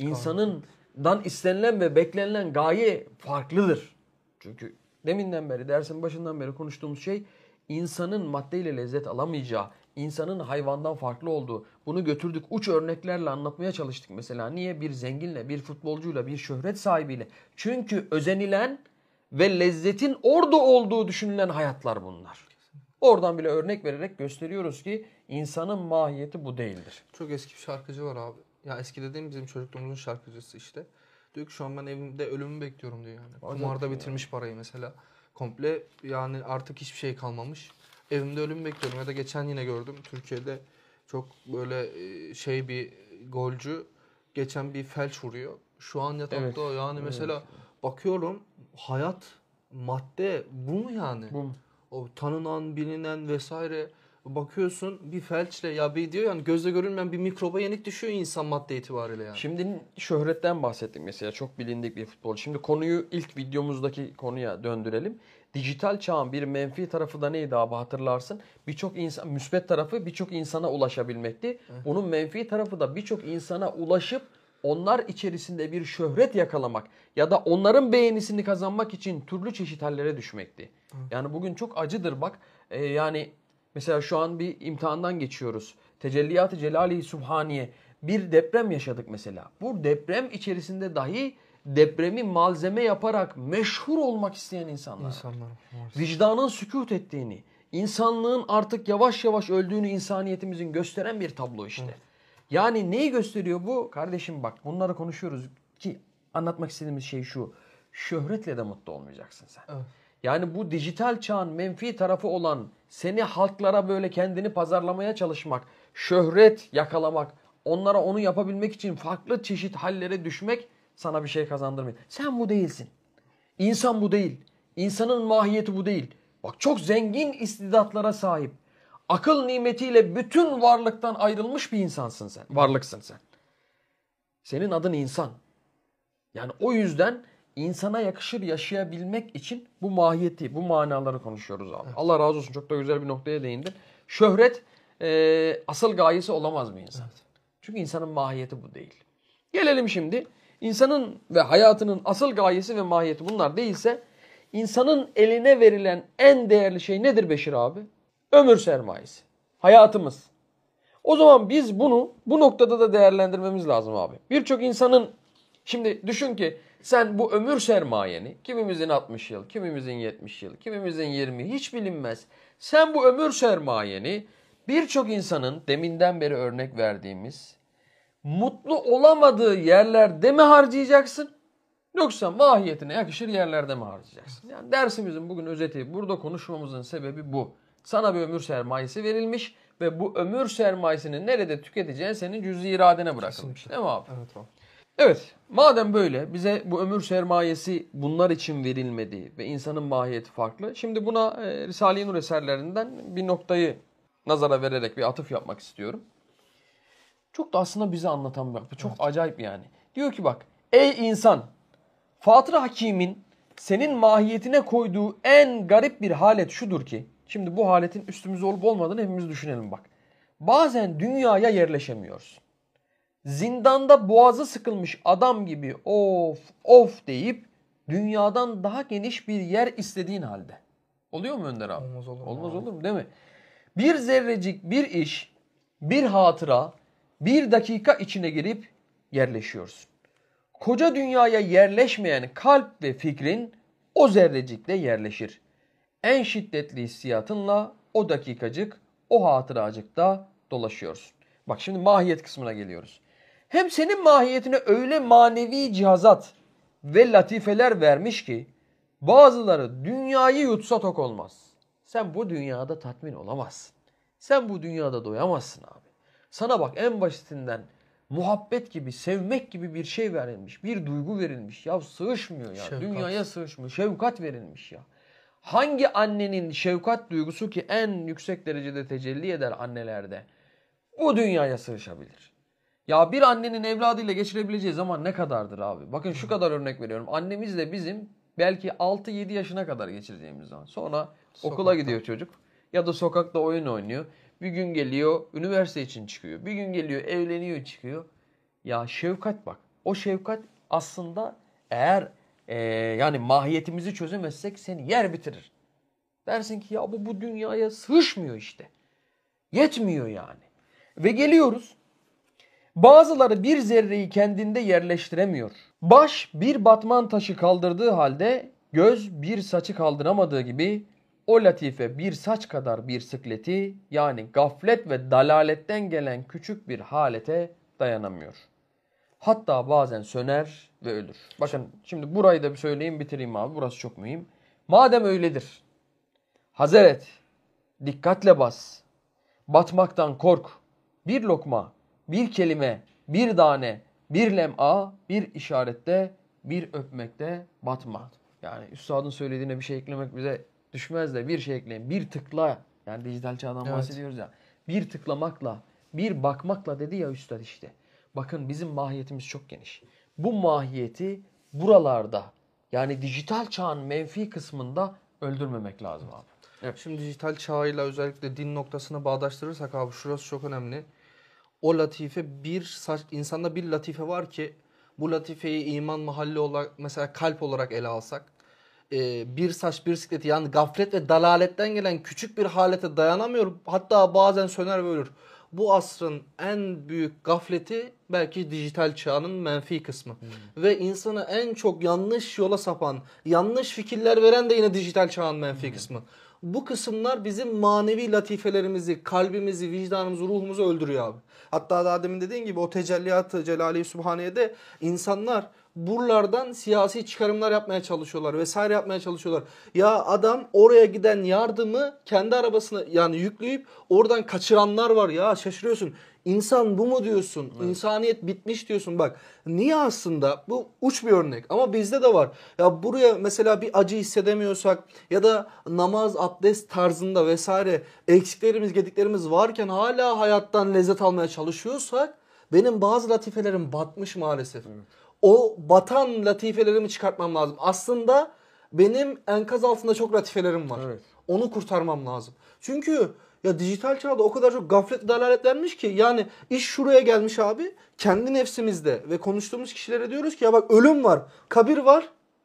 İnsanından istenilen ve beklenilen gaye farklıdır. Çünkü deminden beri, dersin başından beri konuştuğumuz şey insanın maddeyle lezzet alamayacağı, insanın hayvandan farklı olduğu. Bunu götürdük, uç örneklerle anlatmaya çalıştık mesela. Niye? Bir zenginle, bir futbolcuyla, bir şöhret sahibiyle. Çünkü özenilen ve lezzetin orada olduğu düşünülen hayatlar bunlar. Oradan bile örnek vererek gösteriyoruz ki insanın mahiyeti bu değildir. Çok eski bir şarkıcı var abi. Ya eski dediğim bizim çocukluğumuzun şarkıcısı işte. Diyor ki şu an ben evimde ölümü bekliyorum diyor yani. Acayip Kumarda ya. bitirmiş parayı mesela. Komple yani artık hiçbir şey kalmamış. Evimde ölümü bekliyorum. Ya da geçen yine gördüm Türkiye'de çok böyle e, şey bir golcü geçen bir felç vuruyor. Şu an yatakta Evet. o. Yani Evet. mesela bakıyorum hayat madde bu mu yani? Bu O tanınan, bilinen vesaire bakıyorsun bir felçle ya bir diyor yani gözle görünmeyen bir mikroba yenik düşüyor insan madde itibariyle yani. Şimdi şöhretten bahsettik mesela, çok bilindik bir futbolcu. Şimdi konuyu ilk videomuzdaki konuya döndürelim. Dijital çağın bir menfi tarafı da neydi abi, hatırlarsın? Birçok insan, müspet tarafı birçok insana ulaşabilmekti. Evet. Onun menfi tarafı da birçok insana ulaşıp onlar içerisinde bir şöhret yakalamak ya da onların beğenisini kazanmak için türlü çeşit hallere düşmekti. Yani bugün çok acıdır bak. Ee, yani mesela şu an bir imtihandan geçiyoruz. Tecelliyat-ı Celali Subhaniye. Bir deprem yaşadık mesela. Bu deprem içerisinde dahi depremi malzeme yaparak meşhur olmak isteyen insanlar var. İnsanlar. maalesef. Vicdanın sükût ettiğini, insanlığın artık yavaş yavaş öldüğünü insaniyetimizin gösteren bir tablo işte. Evet. Yani neyi gösteriyor bu? Kardeşim bak, bunları konuşuyoruz ki anlatmak istediğimiz şey şu. Şöhretle de mutlu olmayacaksın sen. Evet. Yani bu dijital çağın menfi tarafı olan seni halklara böyle kendini pazarlamaya çalışmak, şöhret yakalamak, onlara onu yapabilmek için farklı çeşit hallere düşmek sana bir şey kazandırmıyor. Sen bu değilsin. İnsan bu değil. İnsanın mahiyeti bu değil. Bak, çok zengin istidatlara sahip, akıl nimetiyle bütün varlıktan ayrılmış bir insansın sen. Varlıksın sen. Senin adın insan. Yani o yüzden insana yakışır yaşayabilmek için bu mahiyeti, bu manaları konuşuyoruz abi. Allah razı olsun, çok da güzel bir noktaya değindin. Şöhret e, asıl gayesi olamaz bir insan. Evet. Çünkü insanın mahiyeti bu değil. Gelelim şimdi. İnsanın ve hayatının asıl gayesi ve mahiyeti bunlar değilse, insanın eline verilen en değerli şey nedir Beşir abi? Ömür sermayesi. Hayatımız. O zaman biz bunu bu noktada da değerlendirmemiz lazım abi. Birçok insanın, şimdi düşün ki sen bu ömür sermayeni, kimimizin altmış yıl, kimimizin yetmiş yıl, kimimizin yirmi, hiç bilinmez. Sen bu ömür sermayeni birçok insanın deminden beri örnek verdiğimiz mutlu olamadığı yerlerde mi harcayacaksın? Yoksa mahiyetine yakışır yerlerde mi harcayacaksın? Yani dersimizin bugün özeti, burada konuşmamızın sebebi bu. Sana bir ömür sermayesi verilmiş ve bu ömür sermayesini nerede tüketeceğin senin cüz-i iradene bırakılmış. Kesinlikle. Değil mi abi? Evet abi. Evet, madem böyle bize bu ömür sermayesi bunlar için verilmedi ve insanın mahiyeti farklı. Şimdi buna e, Risale-i Nur eserlerinden bir noktayı nazara vererek bir atıf yapmak istiyorum. Çok da aslında bize anlatan bir, çok acayip yani. Diyor ki bak, ey insan, Fatır Hakim'in senin mahiyetine koyduğu en garip bir halet şudur ki, şimdi bu haletin üstümüzde olup olmadığını hepimiz düşünelim bak. Bazen dünyaya yerleşemiyorsun. Zindanda boğazı sıkılmış adam gibi of of deyip dünyadan daha geniş bir yer istediğin halde. Oluyor mu Önder abi? Olmaz olur mu Olmaz abi? olur mu, değil mi? Bir zerrecik bir iş, bir hatıra, bir dakika içine girip yerleşiyorsun. Koca dünyaya yerleşmeyen kalp ve fikrin o zerrecikle yerleşir. En şiddetli hissiyatınla o dakikacık, o hatıracıkta dolaşıyorsun. Bak şimdi mahiyet kısmına geliyoruz. Hem senin mahiyetine öyle manevi cihazat ve latifeler vermiş ki bazıları dünyayı yutsa tok olmaz. Sen bu dünyada tatmin olamazsın. Sen bu dünyada doyamazsın abi. Sana bak en basitinden muhabbet gibi, sevmek gibi bir şey verilmiş. Bir duygu verilmiş. Ya sığışmıyor ya. Şefkat. Dünyaya sığışmıyor. Şefkat verilmiş ya. Hangi annenin şefkat duygusu ki en yüksek derecede tecelli eder annelerde bu dünyaya sığışabilir? Ya bir annenin evladıyla geçirebileceği zaman ne kadardır abi? Bakın şu kadar örnek veriyorum. Annemizle bizim belki altı yedi yaşına kadar geçireceğimiz zaman. Sonra Sokakta. okula gidiyor çocuk. Ya da sokakta oyun oynuyor. Bir gün geliyor üniversite için çıkıyor. Bir gün geliyor evleniyor çıkıyor. Ya şefkat bak. O şefkat aslında eğer e, yani mahiyetimizi çözemezsek seni yer bitirir. Dersin ki ya bu bu dünyaya sığışmıyor işte. Yetmiyor yani. Ve geliyoruz. Bazıları bir zerreyi kendinde yerleştiremiyor. Baş bir batman taşı kaldırdığı halde göz bir saçı kaldıramadığı gibi o latife bir saç kadar bir sıkleti yani gaflet ve dalaletten gelen küçük bir halete dayanamıyor. Hatta bazen söner ve ölür. Bakın şimdi burayı da bir söyleyeyim bitireyim abi. Burası çok mühim. Madem öyledir. Hazır et. Dikkatle bas. Batmaktan kork. Bir lokma, bir kelime, bir tane, bir lem'a, bir işarette, bir öpmekte batma. Yani üstadın söylediğine bir şey eklemek bize düşmez de bir şey ekleyin. Bir tıkla yani dijital çağdan Evet. bahsediyoruz ya. Bir tıklamakla, bir bakmakla dedi ya üstad işte. Bakın bizim mahiyetimiz çok geniş. Bu mahiyeti buralarda yani dijital çağın menfi kısmında öldürmemek lazım abi. Evet. Şimdi dijital çağıyla özellikle din noktasına bağdaştırırsak abi şurası çok önemli. O latife bir saç, insanda bir latife var ki bu latifeyi iman mahalli olarak mesela kalp olarak ele alsak e, bir saç bir sikleti yani gaflet ve dalaletten gelen küçük bir halete dayanamıyor. Hatta bazen söner ve ölür. Bu asrın en büyük gafleti belki dijital çağının menfi kısmı. Hmm. Ve insanı en çok yanlış yola sapan, yanlış fikirler veren de yine dijital çağın menfi hmm. kısmı. Bu kısımlar bizim manevi latifelerimizi, kalbimizi, vicdanımızı, ruhumuzu öldürüyor abi. Hatta daha demin dediğin gibi o tecelliyat-ı Celali Sübhane'de insanlar buralardan siyasi çıkarımlar yapmaya çalışıyorlar vesaire yapmaya çalışıyorlar. Ya adam oraya giden yardımı kendi arabasına yani yükleyip oradan kaçıranlar var ya şaşırıyorsun. İnsan bu mu diyorsun? Evet. İnsaniyet bitmiş diyorsun. Bak niye aslında bu uç bir örnek ama bizde de var. Ya buraya mesela bir acı hissedemiyorsak ya da namaz, abdest tarzında vesaire eksiklerimiz, gediklerimiz varken hala hayattan lezzet almaya çalışıyorsak benim bazı latifelerim batmış maalesef. Evet. O batan latifelerimi çıkartmam lazım. Aslında benim enkaz altında çok latifelerim var. Evet. Onu kurtarmam lazım. Çünkü ya dijital çağda o kadar çok gaflet dalalet vermiş ki yani iş şuraya gelmiş abi. Kendi nefsimizde ve konuştuğumuz kişilere diyoruz ki ya bak ölüm var, kabir var.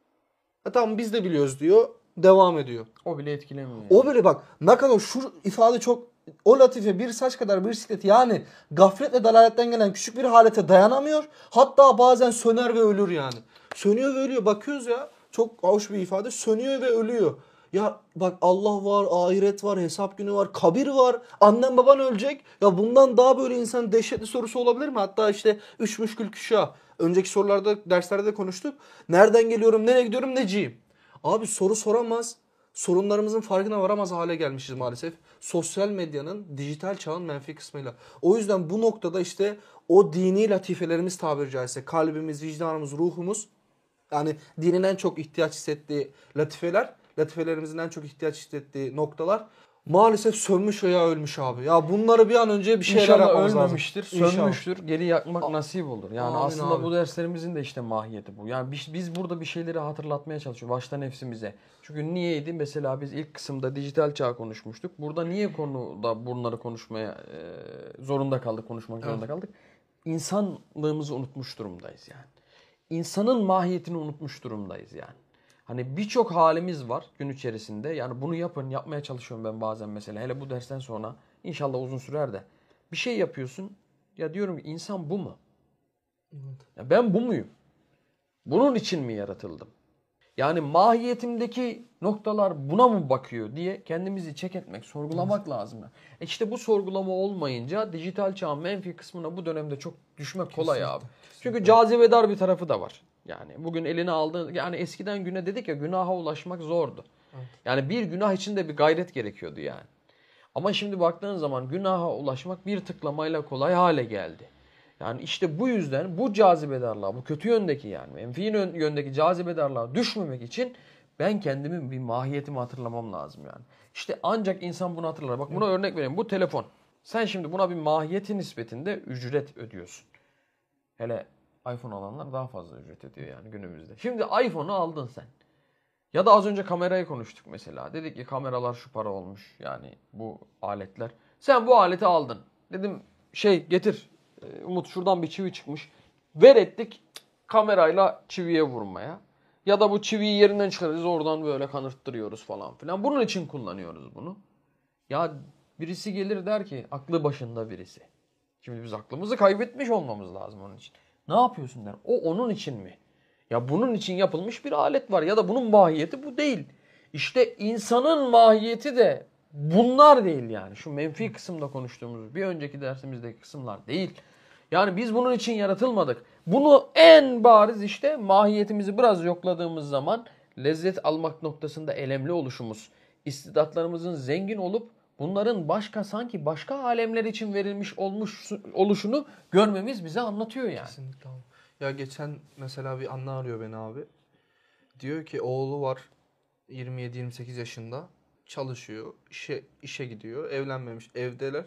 Ha tamam biz de biliyoruz diyor. Devam ediyor. O bile etkilemiyor. Yani. O bile bak ne kadar şu ifade çok o latife bir saç kadar bir siklet yani gafletle dalaletten gelen küçük bir halete dayanamıyor. Hatta bazen söner ve ölür yani. Sönüyor ve ölüyor. Bakıyoruz ya çok hoş bir ifade. Sönüyor ve ölüyor. Ya bak Allah var, ahiret var, hesap günü var, kabir var. Annen baban ölecek. Ya bundan daha böyle insanın dehşetli sorusu olabilir mi? Hatta işte üç müşkül küşa. Önceki sorularda, derslerde de konuştuk. Nereden geliyorum, nereye gidiyorum, neciyim? Abi soru soramaz. Sorunlarımızın farkına varamaz hale gelmişiz maalesef. Sosyal medyanın, dijital çağın menfi kısmıyla. O yüzden bu noktada işte o dini latifelerimiz tabiri caizse kalbimiz, vicdanımız, ruhumuz yani dinin en çok ihtiyaç hissettiği latifeler, latifelerimizin en çok ihtiyaç hissettiği noktalar maalesef sönmüş veya ölmüş abi. Ya bunları bir an önce bir şeyler İnşallah yapmamız ölmemiştir, lazım. sönmüştür. Geri yakmak A- nasip olur. Yani Amin aslında abi. bu derslerimizin de işte mahiyeti bu. Yani biz, biz burada bir şeyleri hatırlatmaya çalışıyoruz başta nefsimize. Çünkü niyeydi? Mesela biz ilk kısımda dijital çağ konuşmuştuk. Burada niye konuda bunları konuşmaya e, zorunda kaldık, konuşmak evet. zorunda kaldık? İnsanlığımızı unutmuş durumdayız yani. İnsanın mahiyetini unutmuş durumdayız yani. Hani birçok halimiz var gün içerisinde. Yani bunu yapın, yapmaya çalışıyorum ben bazen mesela. Hele bu dersten sonra İnşallah uzun sürer de. Bir şey yapıyorsun. Ya diyorum ki insan bu mu? Evet. Ya ben bu muyum? Bunun için mi yaratıldım? Yani mahiyetimdeki noktalar buna mı bakıyor diye kendimizi check etmek, sorgulamak lazım. E işte bu sorgulama olmayınca dijital çağın menfi kısmına bu dönemde çok düşmek kolay Kesinlikle, abi. kesinlikle. Çünkü cazibedar bir tarafı da var. Yani bugün eline aldığın, yani eskiden güne dedik ya, günaha ulaşmak zordu. Evet. Yani bir günah için de bir gayret gerekiyordu yani. Ama şimdi baktığın zaman günaha ulaşmak bir tıklamayla kolay hale geldi. Yani işte bu yüzden bu cazibedarlığa, bu kötü yöndeki yani menfi yöndeki cazibedarlığa düşmemek için ben kendimin bir mahiyetimi hatırlamam lazım yani. İşte ancak insan bunu hatırlar. Bak buna örnek vereyim. Bu telefon. Sen şimdi buna bir mahiyeti nispetinde ücret ödüyorsun. Hele iPhone alanlar daha fazla ücret ödüyor yani günümüzde. Şimdi iPhone'u aldın sen. Ya da az önce kamerayı konuştuk mesela. Dedik ki kameralar şu para olmuş yani bu aletler. Sen bu aleti aldın. Dedim şey getir Umut şuradan bir çivi çıkmış. Ver ettik kamerayla çiviye vurmaya. Ya da bu çiviyi yerinden çıkarırız oradan böyle kanırttırıyoruz falan filan. Bunun için kullanıyoruz bunu. Ya birisi gelir der ki aklı başında birisi. Şimdi biz aklımızı kaybetmiş olmamız lazım onun için. Ne yapıyorsun der. O onun için mi? Ya bunun için yapılmış bir alet var ya da bunun mahiyeti bu değil. İşte insanın mahiyeti de bunlar değil yani. Şu menfi kısımda konuştuğumuz bir önceki dersimizdeki kısımlar değil. Yani biz bunun için yaratılmadık. Bunu en bariz işte mahiyetimizi biraz yokladığımız zaman lezzet almak noktasında elemli oluşumuz, istidatlarımızın zengin olup bunların başka sanki başka alemler için verilmiş olmuş oluşunu görmemiz bize anlatıyor yani. Kesinlikle abi. Ya geçen mesela bir anne arıyor beni abi. Diyor ki oğlu var yirmi yedi yirmi sekiz yaşında. Çalışıyor, işe işe gidiyor, evlenmemiş, evdeler.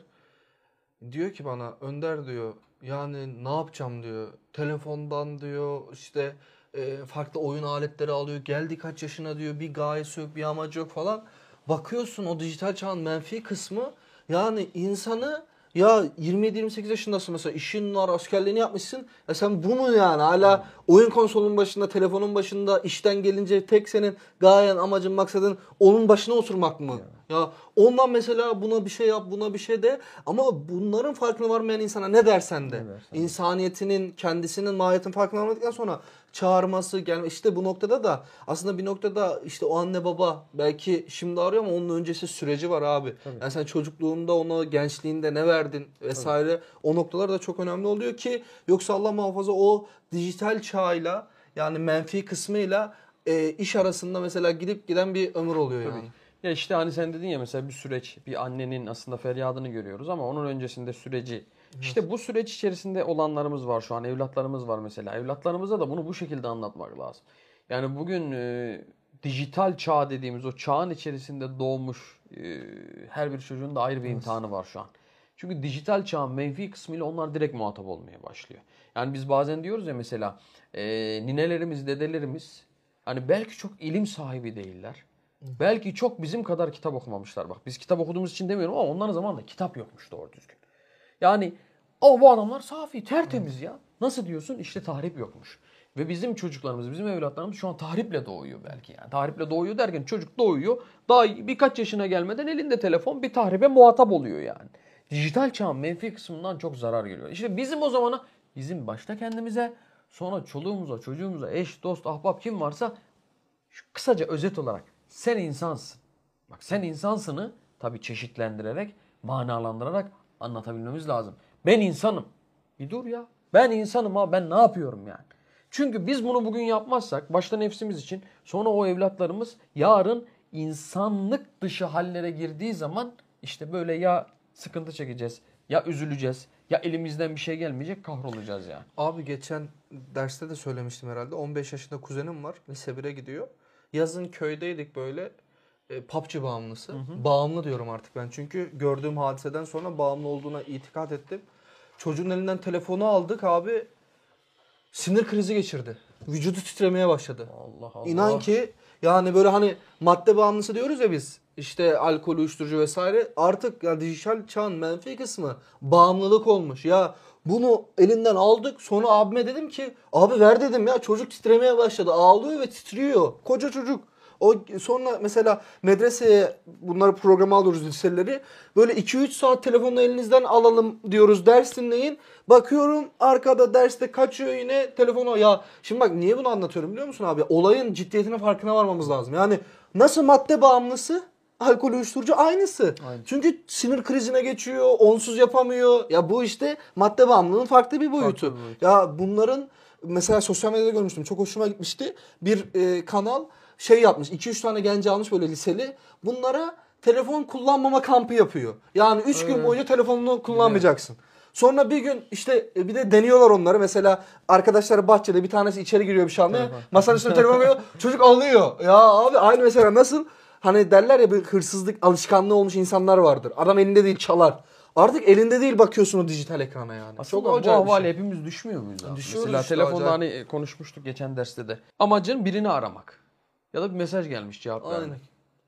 Diyor ki bana Önder diyor yani ne yapacağım diyor. Telefondan diyor işte e, farklı oyun aletleri alıyor. Geldi kaç yaşına diyor bir gayesi yok bir amacı yok falan. Bakıyorsun o dijital çağın menfi kısmı yani insanı ya yirmi yedi yirmi sekiz yaşındasın mesela işin var askerliğini yapmışsın. Ya sen bu mu yani hala oyun konsolunun başında telefonun başında işten gelince tek senin gayen amacın maksadın onun başına oturmak mı? Ya ondan mesela buna bir şey yap, buna bir şey de ama bunların farkına varmayan insana ne dersen de. Ne dersen de. İnsaniyetinin, kendisinin mahiyetinin farkına varmadıktan sonra çağırması, gelme işte bu noktada da aslında bir noktada işte o anne baba belki şimdi arıyor ama onun öncesi süreci var abi. Tabii. Yani sen çocukluğunda ona, gençliğinde ne verdin vesaire. Tabii. O noktalar da çok önemli oluyor ki yoksa Allah muhafaza o dijital çağıyla yani menfi kısmıyla e, iş arasında mesela gidip giden bir ömür oluyor Tabii yani. ki. Ya işte hani sen dedin ya mesela bir süreç, bir annenin aslında feryadını görüyoruz ama onun öncesinde süreci. İşte bu süreç içerisinde olanlarımız var şu an, evlatlarımız var mesela. Evlatlarımıza da bunu bu şekilde anlatmak lazım. Yani bugün e, dijital çağ dediğimiz o çağın içerisinde doğmuş e, her bir çocuğun da ayrı bir imtihanı var şu an. Çünkü dijital çağın menfi kısmıyla onlar direkt muhatap olmaya başlıyor. Yani biz bazen diyoruz ya mesela e, ninelerimiz, dedelerimiz hani belki çok ilim sahibi değiller. Belki çok bizim kadar kitap okumamışlar. Bak biz kitap okuduğumuz için demiyorum ama onların zamanında kitap yokmuş doğru düzgün. Yani ama bu adamlar safi, tertemiz ya. Nasıl diyorsun? İşte tahrip yokmuş. Ve bizim çocuklarımız, bizim evlatlarımız şu an tahriple doğuyor belki yani. Tahriple doğuyor derken çocuk doğuyor. Daha birkaç yaşına gelmeden elinde telefon bir tahribe muhatap oluyor yani. Dijital çağın menfi kısmından çok zarar geliyor. İşte bizim o zamana, bizim başta kendimize, sonra çoluğumuza, çocuğumuza, eş, dost, ahbap kim varsa şu kısaca özet olarak sen insansın. Bak sen insansını tabii çeşitlendirerek, manalandırarak anlatabilmemiz lazım. Ben insanım. Bir dur ya. Ben insanım ha. Ben ne yapıyorum yani? Çünkü biz bunu bugün yapmazsak başta nefsimiz için sonra o evlatlarımız yarın insanlık dışı hallere girdiği zaman işte böyle ya sıkıntı çekeceğiz ya üzüleceğiz ya elimizden bir şey gelmeyecek kahrolacağız yani. Abi geçen derste de söylemiştim herhalde. on beş yaşında kuzenim var. Lise bire gidiyor. Yazın köydeydik böyle. E, P U B G bağımlısı. Hı hı. Bağımlı diyorum artık ben. Çünkü gördüğüm hadiseden sonra bağımlı olduğuna itikad ettim. Çocuğun elinden telefonu aldık abi. Sinir krizi geçirdi. Vücudu titremeye başladı. Allah Allah. İnan ki yani böyle hani madde bağımlısı diyoruz ya biz. İşte alkol, uyuşturucu vesaire. Artık ya dijital çağın menfi kısmı bağımlılık olmuş. Ya bunu elinden aldık. Sonra abime dedim ki abi ver dedim ya. Çocuk titremeye başladı. Ağlıyor ve titriyor. Koca çocuk. O sonra mesela medreseye bunları programa alıyoruz liseleri. Böyle iki üç saat telefonu elinizden alalım diyoruz, ders dinleyin. Bakıyorum arkada derste kaçıyor yine telefonu. Ya şimdi bak niye bunu anlatıyorum biliyor musun abi? Olayın ciddiyetine farkına varmamız lazım. Yani nasıl madde bağımlısı, alkol uyuşturucu aynısı. Aynen. Çünkü sinir krizine geçiyor, onsuz yapamıyor. Ya bu işte madde bağımlılığının farklı bir boyutu. Farklı bir boyut. Ya bunların mesela sosyal medyada görmüştüm. Çok hoşuma gitmişti. Bir e, kanal şey yapmış. iki üç tane genci almış böyle liseli. Bunlara telefon kullanmama kampı yapıyor. Yani üç gün Evet. boyunca telefonunu kullanmayacaksın. Sonra bir gün işte e, bir de deniyorlar onları. Mesela arkadaşları bahçede, bir tanesi içeri giriyor bir şey almaya. Telefon. Masanın üstüne telefon koyuyor. Çocuk alıyor. Ya abi aynı mesela nasıl? Hani derler ya bir hırsızlık alışkanlığı olmuş insanlar vardır. Adam elinde değil çalar. Artık elinde değil bakıyorsun o dijital ekrana yani. Aslında Çok bu acayip bir havale şey. hepimiz düşmüyor muyuz abi? Düşüyoruz Mesela işte, telefonda acayip. hani konuşmuştuk geçen derste de. Amacın birini aramak. Ya da bir mesaj gelmiş, cevap Aynen. vermek.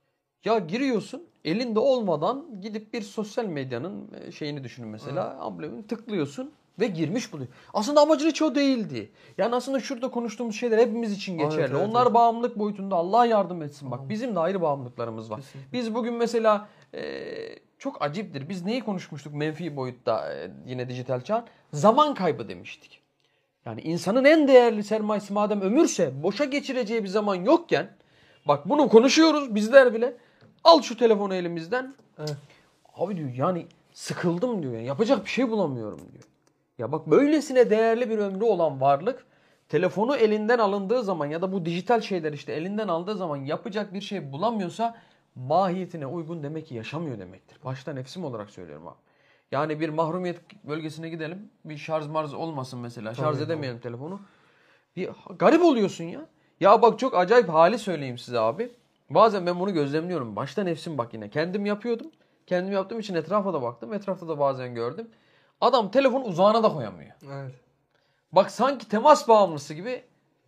Ya giriyorsun elinde olmadan gidip bir sosyal medyanın şeyini düşünün mesela. Amblemini tıklıyorsun ve girmiş buluyor. Aslında amacın hiç o değildi. Yani aslında şurada konuştuğumuz şeyler hepimiz için Evet, geçerli. evet, Onlar evet. bağımlılık boyutunda, Allah yardım etsin. Bak bizim de ayrı bağımlılıklarımız var. Kesinlikle. Biz bugün mesela e, çok aciptir. Biz neyi konuşmuştuk menfi boyutta e, yine dijital çağ? Zaman kaybı demiştik. Yani insanın en değerli sermayesi madem ömürse, boşa geçireceği bir zaman yokken, bak bunu konuşuyoruz bizler bile. Al şu telefonu elimizden. Evet. Abi diyor yani sıkıldım diyor. Yani yapacak bir şey bulamıyorum diyor. Ya bak böylesine değerli bir ömrü olan varlık telefonu elinden alındığı zaman ya da bu dijital şeyler işte elinden aldığı zaman yapacak bir şey bulamıyorsa mahiyetine uygun demek ki yaşamıyor demektir. Başta nefsim olarak söylüyorum abi. Yani bir mahrumiyet bölgesine gidelim. Bir şarj marz olmasın mesela. Şarj Tabii, edemeyelim telefonu. Bir garip oluyorsun ya. Ya bak çok acayip hali söyleyeyim size abi. Bazen ben bunu gözlemliyorum. Başta nefsim bak yine. Kendim yapıyordum. Kendim yaptığım için etrafa da baktım. Etrafta da bazen gördüm. Adam telefonu uzağına da koyamıyor. Evet. Bak sanki temas bağımlısı gibi.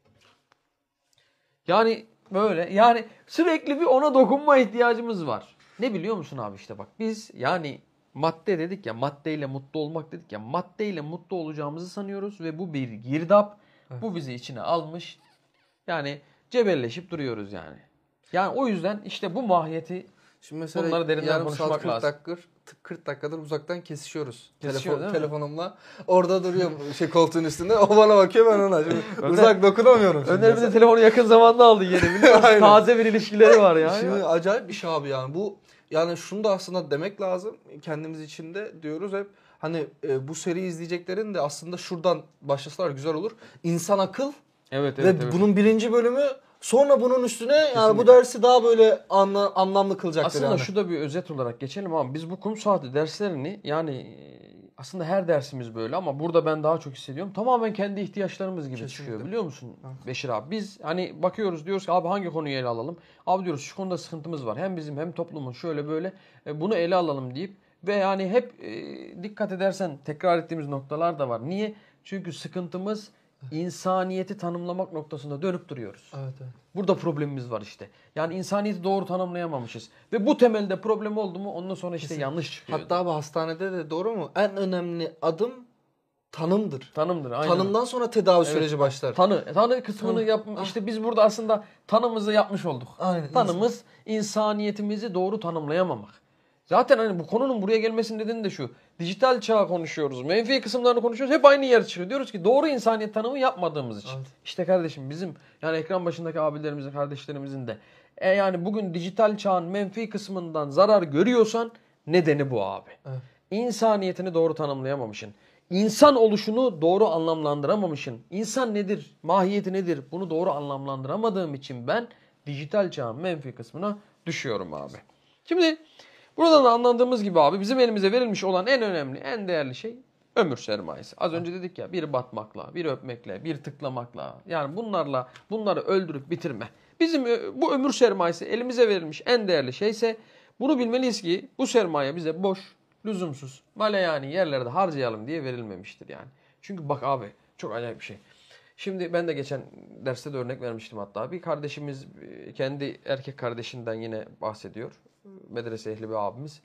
Yani böyle yani sürekli bir ona dokunma ihtiyacımız var. Ne biliyor musun abi işte bak biz yani madde dedik ya, maddeyle mutlu olmak dedik ya, maddeyle mutlu olacağımızı sanıyoruz ve bu bir girdap. Bu bizi içine almış. Yani cebelleşip duruyoruz yani. Yani o yüzden işte bu mahiyeti Şimdi mesela bunları derinden yarım konuşmak saat kırk lazım. dakika kırk dakikadır uzaktan kesişiyoruz. Kesişiyor, Telefon, değil mi? telefonumla. Orada duruyorum şey koltuğun üstünde. O bana bakıyor, ben ona. Şimdi Önder- uzak dokunamıyorum. Şimdi Önder bir de mesela. telefonu yakın zamanda aldı yeni biliyor musun? Aynen. Taze bir ilişkileri var ya. Şimdi acayip bir şey abi yani. Bu yani şunu da aslında demek lazım. Kendimiz için de diyoruz hep. Hani e, bu seri izleyeceklerin de aslında şuradan başlasalar güzel olur. İnsan akıl Evet ve evet evet. bunun birinci bölümü, sonra bunun üstüne yani bu Kesinlikle. dersi daha böyle anla, anlamlı kılacaktır Aslında yani. şu da bir özet olarak geçelim ama biz bu kum saati derslerini yani e, aslında her dersimiz böyle ama burada ben daha çok hissediyorum. Tamamen kendi ihtiyaçlarımız gibi Kesinlikle. çıkıyor biliyor musun Beşir abi? Biz hani bakıyoruz diyoruz ki abi hangi konuyu ele alalım? Abi diyoruz şu konuda sıkıntımız var. Hem bizim hem toplumun şöyle böyle e, bunu ele alalım deyip ve yani hep e, dikkat edersen tekrar ettiğimiz noktalar da var. Niye? Çünkü sıkıntımız insaniyeti tanımlamak noktasında dönüp duruyoruz. Evet, evet. Burada problemimiz var işte. Yani insaniyeti doğru tanımlayamamışız. Ve bu temelde problem oldu mu ondan sonra işte Kesinlikle. yanlış çıkıyor. Hatta abi hastanede de doğru mu? En önemli adım tanımdır. tanımdır. Aynen. Tanımdan sonra tedavi Evet. süreci başlar. Tanı. Tanı kısmını Tanı. yap. Ah. İşte biz burada aslında tanımızı yapmış olduk. Aynen. Tanımız insaniyetimizi doğru tanımlayamamak. Zaten hani bu konunun buraya gelmesinin nedeni de şu. Dijital çağ konuşuyoruz. Menfi kısımlarını konuşuyoruz. Hep aynı yer çıkıyor. Diyoruz ki doğru insaniyet tanımı yapmadığımız için. Evet. İşte kardeşim bizim yani ekran başındaki abilerimizin, kardeşlerimizin de e yani bugün dijital çağın menfi kısmından zarar görüyorsan nedeni bu abi. Evet. İnsaniyetini doğru tanımlayamamışsın. İnsan oluşunu doğru anlamlandıramamışsın. İnsan nedir? Mahiyeti nedir? Bunu doğru anlamlandıramadığım için ben dijital çağın menfi kısmına düşüyorum abi. Şimdi buradan da anladığımız gibi abi bizim elimize verilmiş olan en önemli, en değerli şey ömür sermayesi. Az önce dedik ya bir batmakla, bir öpmekle, bir tıklamakla yani bunlarla bunları öldürüp bitirme. Bizim bu ömür sermayesi elimize verilmiş en değerli şeyse bunu bilmeliyiz ki bu sermaye bize boş, lüzumsuz, maleyani yerlerde harcayalım diye verilmemiştir yani. Çünkü bak abi çok acayip bir şey. Şimdi ben de geçen derste de örnek vermiştim hatta. Bir kardeşimiz kendi erkek kardeşinden yine bahsediyor. Medrese ehli bir abimiz.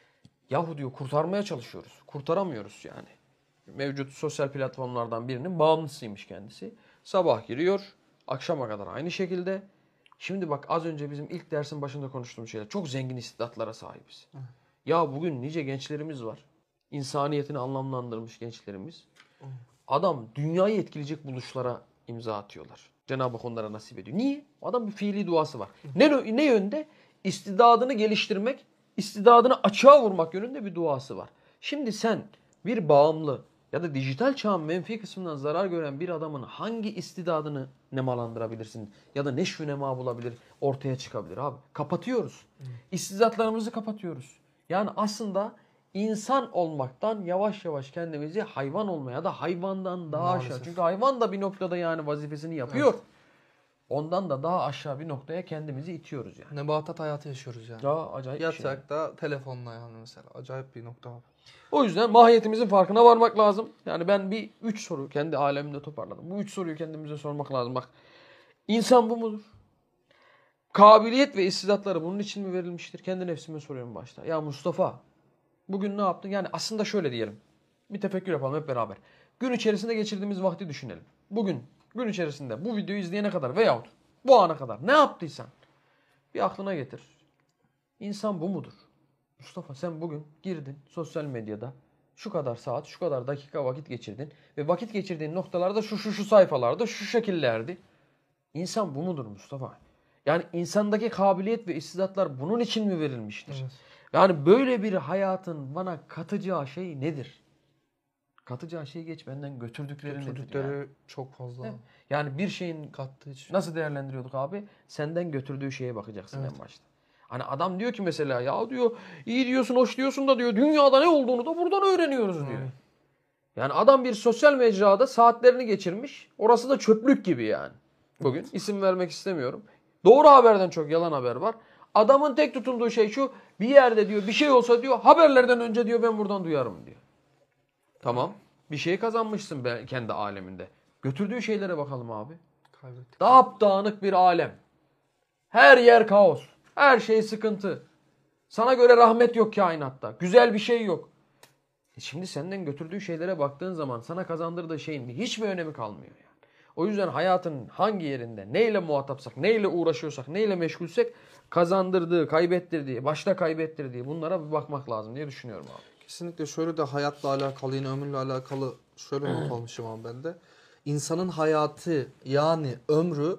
Yahu diyor kurtarmaya çalışıyoruz. Kurtaramıyoruz yani. Mevcut sosyal platformlardan birinin bağımlısıymış kendisi. Sabah giriyor, akşama kadar aynı şekilde. Şimdi bak az önce bizim ilk dersin başında konuştuğumuz şeyler. Çok zengin istidatlara sahibiz. Evet. Ya bugün nice gençlerimiz var. İnsaniyetini anlamlandırmış gençlerimiz. Evet. Adam dünyayı etkileyecek buluşlara imza atıyorlar. Cenab-ı Hak onlara nasip ediyor. Niye? Adam bir fiili duası var. Ne, ne yönde? İstidadını geliştirmek, istidadını açığa vurmak yönünde bir duası var. Şimdi sen bir bağımlı ya da dijital çağın menfi kısmından zarar gören bir adamın hangi istidadını nemalandırabilirsin? Ya da neşv-ü nema bulabilir, ortaya çıkabilir abi. Kapatıyoruz. Hmm. İstidatlarımızı kapatıyoruz. Yani aslında insan olmaktan yavaş yavaş kendimizi hayvan olmaya da hayvandan daha Maalesef. aşağı. Çünkü hayvan da bir noktada yani vazifesini yapıyor. Evet. Ondan da daha aşağı bir noktaya kendimizi itiyoruz yani. Nebatat hayatı yaşıyoruz yani. Ya acayip bir şey. Yatakta telefonla yani mesela. Acayip bir nokta abi. O yüzden mahiyetimizin farkına varmak lazım. Yani ben bir üç soru kendi alemimde toparladım. Bu üç soruyu kendimize sormak lazım. Bak, insan bu mudur? Kabiliyet ve istidatları bunun için mi verilmiştir? Kendi nefsime soruyorum başta. Ya Mustafa, bugün ne yaptın? Yani aslında şöyle diyelim. Bir tefekkür yapalım hep beraber. Gün içerisinde geçirdiğimiz vakti düşünelim. Bugün, gün içerisinde bu videoyu izleyene kadar veyahut bu ana kadar ne yaptıysan bir aklına getir. İnsan bu mudur? Mustafa, sen bugün girdin sosyal medyada şu kadar saat, şu kadar dakika vakit geçirdin ve vakit geçirdiğin noktalarda şu şu şu sayfalarda şu şekillerdi. İnsan bu mudur Mustafa? Yani insandaki kabiliyet ve istidatlar bunun için mi verilmiştir? Evet. Yani böyle bir hayatın bana katacağı şey nedir? Katacağı şeyi geç, benden götürdükleri, götürdükleri nedir yani? Çok fazla. Evet. Yani bir şeyin kattığı için. Nasıl değerlendiriyorduk abi? Senden götürdüğü şeye bakacaksın evet. en başta. Hani adam diyor ki mesela ya diyor iyi diyorsun hoş diyorsun da diyor dünyada ne olduğunu da buradan öğreniyoruz diyor. Hmm. Yani adam bir sosyal mecrada saatlerini geçirmiş. Orası da çöplük gibi yani. Bugün evet. isim vermek istemiyorum. Doğru haberden çok yalan haber var. Adamın tek tutunduğu şey şu, bir yerde diyor bir şey olsa diyor haberlerden önce diyor ben buradan duyarım diyor. Tamam, bir şey kazanmışsın be, kendi aleminde. Götürdüğü şeylere bakalım abi. Kaybettik. Dağıp bir alem. Her yer kaos. Her şey sıkıntı. Sana göre rahmet yok kainatta. Güzel bir şey yok. E şimdi senden götürdüğü şeylere baktığın zaman sana kazandırdığı şeyin hiç mi önemi kalmıyor yani? O yüzden hayatın hangi yerinde neyle muhatapsak, neyle uğraşıyorsak, neyle meşgulsek kazandırdığı, kaybettirdiği, başta kaybettirdiği bunlara bir bakmak lazım diye düşünüyorum abi. Kesinlikle şöyle de hayatla alakalı, yine ömürle alakalı şöyle not almışım abi ben de. İnsanın hayatı yani ömrü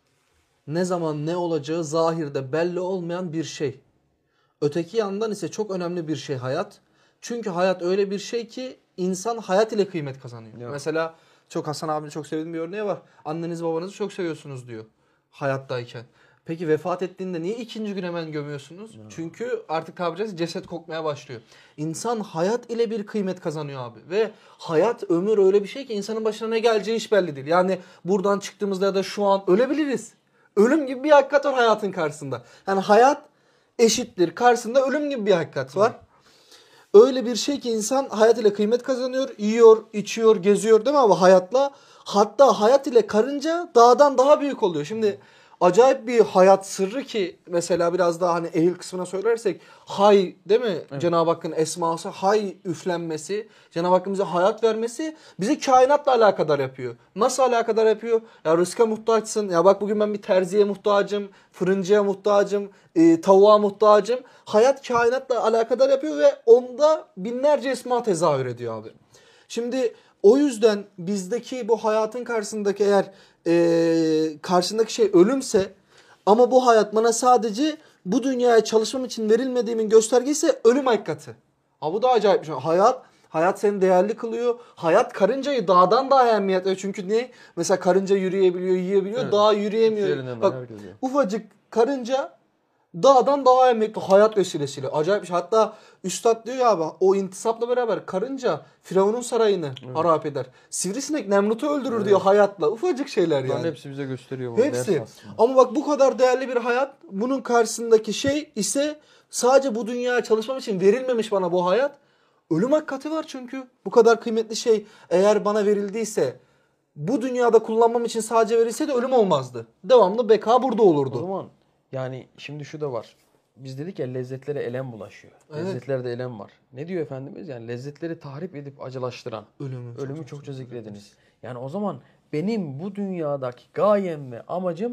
ne zaman ne olacağı zahirde belli olmayan bir şey. Öteki yandan ise çok önemli bir şey hayat. Çünkü hayat öyle bir şey ki insan hayat ile kıymet kazanıyor. Evet. Mesela çok Hasan abinin çok sevdiğim bir örneği var. Anneniz babanızı çok seviyorsunuz diyor hayattayken. Peki vefat ettiğinde niye ikinci gün hemen gömüyorsunuz? Evet. Çünkü artık tabiri caizse ceset kokmaya başlıyor. İnsan hayat ile bir kıymet kazanıyor abi. Ve hayat, ömür öyle bir şey ki insanın başına ne geleceği hiç belli değil. Yani buradan çıktığımızda ya da şu an ölebiliriz. Ölüm gibi bir hakikat var hayatın karşısında. Yani hayat eşittir. Karşısında ölüm gibi bir hakikat var. Öyle bir şey ki insan hayat ile kıymet kazanıyor. Yiyor, içiyor, geziyor değil mi abi hayatla? Hatta hayat ile karınca dağdan daha büyük oluyor. Şimdi acayip bir hayat sırrı ki mesela biraz daha hani ehil kısmına söylersek hay değil mi? Evet. Cenab-ı Hakk'ın esması hay üflenmesi, Cenab-ı Hakk'ın bize hayat vermesi bizi kainatla alakadar yapıyor. Nasıl alakadar yapıyor? Ya rızka muhtaçsın. Ya bak bugün ben bir terziye muhtacım, fırıncıya muhtacım, e, tavuğa muhtacım. Hayat kainatla alakadar yapıyor ve onda binlerce esma tezahür ediyor abi. Şimdi o yüzden bizdeki bu hayatın karşısındaki eğer e, karşısındaki şey ölümse ama bu hayat bana sadece bu dünyaya çalışmam için verilmediğimin göstergesi ölüm hakikati. Ama bu da acayip bir şey. Hayat, hayat seni değerli kılıyor. Hayat karıncayı dağdan daha ehemmiyetli ediyor. Çünkü ne? Mesela karınca yürüyebiliyor, yiyebiliyor. Evet. Dağ yürüyemiyor. Bak, ufacık karınca dağdan daha emekli hayat vesilesiyle. Acayip bir şey. Hatta üstad diyor ya abi o intisapla beraber karınca Firavun'un sarayını evet. harap eder. Sivrisinek Nemrut'u öldürür evet. diyor hayatla. Ufacık şeyler yani. Bunların hepsi bize gösteriyor. Hepsi. Ama bak bu kadar değerli bir hayat. Bunun karşısındaki şey ise sadece bu dünyaya çalışmam için verilmemiş bana bu hayat. Ölüm hakikati var çünkü. Bu kadar kıymetli şey eğer bana verildiyse bu dünyada kullanmam için sadece verilseydi ölüm olmazdı. Devamlı beka burada olurdu. O zaman yani şimdi şu da var. Biz dedik ya lezzetlere elem bulaşıyor. Evet. Lezzetlerde elem var. Ne diyor Efendimiz? Yani lezzetleri tahrip edip acılaştıran. Ölümü, ölümü çokça zikrediniz. Yani o zaman benim bu dünyadaki gayem ve amacım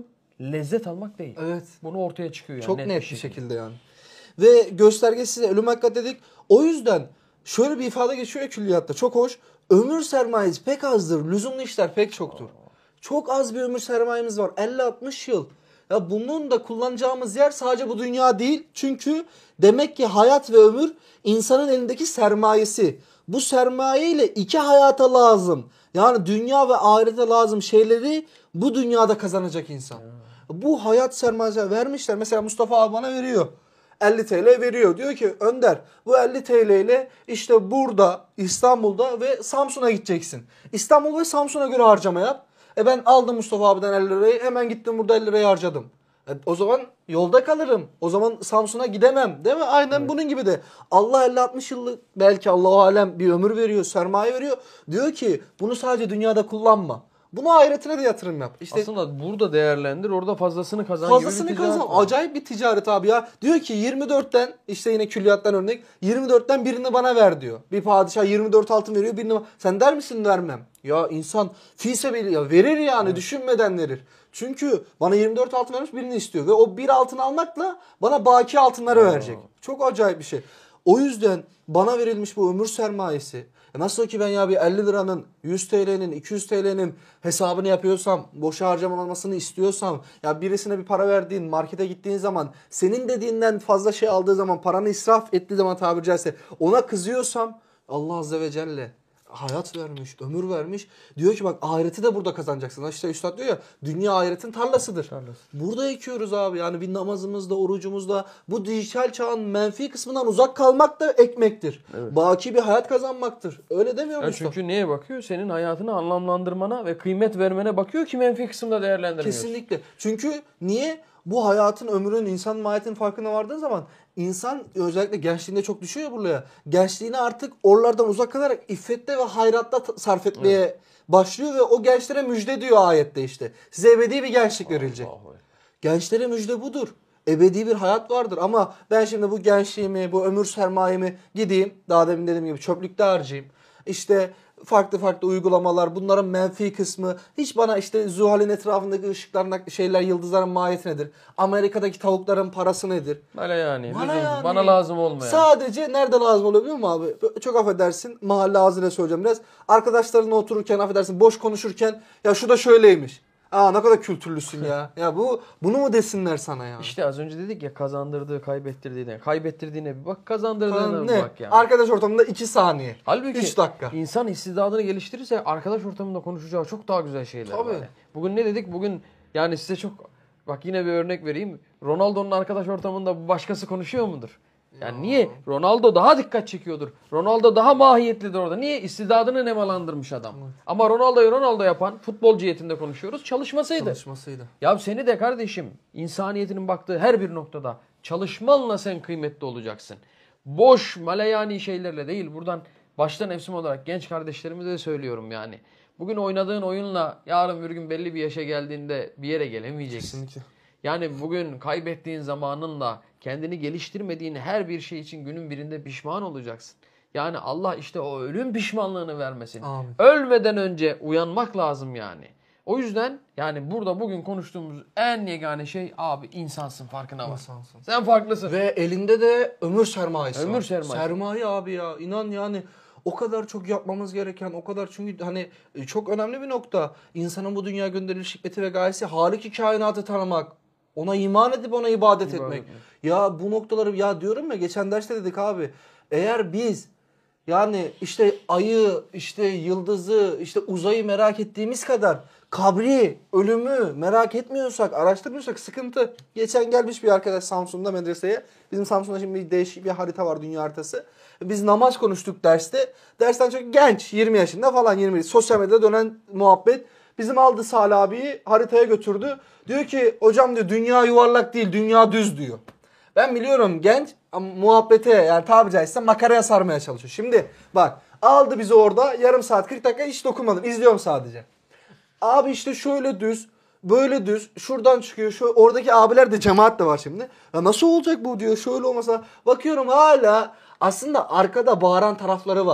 lezzet almak değil. Evet. Bunu ortaya çıkıyor yani. Çok net, net bir bir şekilde. şekilde yani. Ve göstergesiz ölüm hakikat dedik. O yüzden şöyle bir ifade geçiyor ya külliyatta. Çok hoş. Ömür sermayesi pek azdır. Lüzumlu işler pek çoktur. Çok az bir ömür sermayemiz var. elli altmış yıl. Ya bunun da kullanacağımız yer sadece bu dünya değil. Çünkü demek ki hayat ve ömür insanın elindeki sermayesi. Bu sermaye ile iki hayata lazım. Yani dünya ve ahirete lazım şeyleri bu dünyada kazanacak insan. Bu hayat sermayesi vermişler. Mesela Mustafa abi bana veriyor. elli TL veriyor. Diyor ki Önder bu elli TL ile işte burada İstanbul'da ve Samsun'a gideceksin. İstanbul ve Samsun'a göre harcama yap. E ben aldım Mustafa abiden elli lirayı hemen gittim burada elli lirayı harcadım. E o zaman yolda kalırım. O zaman Samsun'a gidemem. Değil mi? Aynen evet. Bunun gibi de. Allah elli altmış yıllık belki Allahu alem bir ömür veriyor, sermaye veriyor. Diyor ki bunu sadece dünyada kullanma. Bunu ahiretine de yatırım yap. İşte aslında burada değerlendir, orada fazlasını kazan fazlasını gibi bir ticaret kazan. var. Acayip bir ticaret abi ya. Diyor ki yirmi dörtten işte yine külliyattan örnek. yirmi dörtten birini bana ver diyor. Bir padişah yirmi dört altın veriyor birini. Sen der misin vermem. Ya insan fi sebebillah verir yani evet. Düşünmeden verir. Çünkü bana yirmi dört altın vermiş birini istiyor. Ve o bir altın almakla bana baki altınları Aa. verecek. Çok acayip bir şey. O yüzden bana verilmiş bu ömür sermayesi. Nasıl ki ben ya bir elli liranın, yüz TL'nin, iki yüz TL'nin hesabını yapıyorsam, boşa harcamanmasını istiyorsam, ya birisine bir para verdiğin, markete gittiğin zaman, senin dediğinden fazla şey aldığı zaman, paranı israf ettiği zaman tabiri caizse ona kızıyorsam Allah Azze ve Celle hayat vermiş, ömür vermiş. Diyor ki bak ahireti de burada kazanacaksın. İşte üstad diyor ya dünya ahiretin tarlasıdır. Tarlası. Burada ekiyoruz abi. Yani bir namazımızda, orucumuzda bu dijital çağın menfi kısmından uzak kalmak da ekmektir. Evet. Baki bir hayat kazanmaktır. Öyle demiyor musun? Çünkü neye bakıyor? Senin hayatını anlamlandırmana ve kıymet vermene bakıyor ki menfi kısımda değerlendirmiyorsun. Kesinlikle. Çünkü niye? Bu hayatın, ömrün, insan mahiyetinin farkına vardığın zaman insan özellikle gençliğinde çok düşüyor ya buraya. Gençliğini artık oralardan uzak kalarak iffette ve hayratta sarf etmeye evet. başlıyor ve o gençlere müjde diyor ayette işte. Size ebedi bir gençlik verilecek. Allah Allah. Gençlere müjde budur. Ebedi bir hayat vardır ama ben şimdi bu gençliğimi, bu ömür sermayemi gideyim, daha demin dediğim gibi çöplükte harcayayım. İşte farklı farklı uygulamalar, bunların menfi kısmı. Hiç bana işte Zuhal'in etrafındaki ışıkların, şeyler, yıldızların mahiyeti nedir? Amerika'daki tavukların parası nedir? Bana yani. Bana, yani. Bana lazım olmayan. Sadece nerede lazım oluyor biliyor musun abi? Çok affedersin. Mahalle ağzıyla söyleyeceğim biraz. Arkadaşlarınla otururken affedersin boş konuşurken ya şu da şöyleymiş. Aa ne kadar kültürlüsün ya. Ya bu bunu mu desinler sana ya? İşte az önce dedik ya kazandırdığı, kaybettirdiğine. Kaybettirdiğine bir bak, kazandırdığına bir bak yani. Arkadaş ortamında iki saniye. Halbuki üç dakika. İnsan istidadını geliştirirse arkadaş ortamında konuşacağı çok daha güzel şeyler Tabii. var. Yani. Bugün ne dedik? Bugün yani size çok bak yine bir örnek vereyim. Ronaldo'nun arkadaş ortamında başkası konuşuyor mudur? Yani ya. Niye? Ronaldo daha dikkat çekiyordur. Ronaldo daha mahiyetlidir orada. Niye? İstidadını nemalandırmış adam. Evet. Ama Ronaldo'yu Ronaldo yapan futbol cihetinde konuşuyoruz. Çalışmasıydı. Çalışmasıydı. Ya seni de kardeşim insaniyetinin baktığı her bir noktada çalışmanla sen kıymetli olacaksın. Boş maleyani şeylerle değil. Buradan başta nefsim olarak genç kardeşlerimize de söylüyorum yani. Bugün oynadığın oyunla yarın bir gün belli bir yaşa geldiğinde bir yere gelemeyeceksin. Kesinlikle. Yani bugün kaybettiğin zamanınla kendini geliştirmediğin her bir şey için günün birinde pişman olacaksın. Yani Allah işte o ölüm pişmanlığını vermesin. Amin. Ölmeden önce uyanmak lazım yani. O yüzden yani burada bugün konuştuğumuz en yegane şey abi insansın, farkına bak. İnsansın. Sen farklısın. Ve elinde de ömür sermayesi ömür var. sermayesi. Sermaye abi ya inan yani o kadar çok yapmamız gereken o kadar çünkü hani çok önemli bir nokta. İnsanın bu dünya gönderiliş hikmeti ve gayesi Halik-i kainatı tanımak. Ona iman edip ona ibadet, ibadet etmek. Mi? Ya bu noktaları ya diyorum ya geçen derste dedik abi. Eğer biz yani işte ayı, işte yıldızı, işte uzayı merak ettiğimiz kadar kabri, ölümü merak etmiyorsak, araştırmıyorsak sıkıntı. Geçen gelmiş bir arkadaş Samsun'da medreseye. Bizim Samsun'da şimdi bir değişik bir harita var, dünya haritası. Biz namaz konuştuk derste. Dersten çok genç, yirmi yaşında falan yirmi. Sosyal medyada dönen muhabbet. Bizim aldı Salih abiyi haritaya götürdü. Diyor ki hocam diyor dünya yuvarlak değil, dünya düz diyor. Ben biliyorum genç ama muhabbete yani tabiri caizse makaraya sarmaya çalışıyor. Şimdi bak aldı bizi orada yarım saat kırk dakika hiç dokunmadım. İzliyorum sadece. Abi işte şöyle düz, böyle düz, şuradan çıkıyor. Şu oradaki abiler de cemaat de var şimdi. Ya nasıl olacak bu diyor. Şöyle olmasa bakıyorum hala aslında arkada bağıran tarafları var.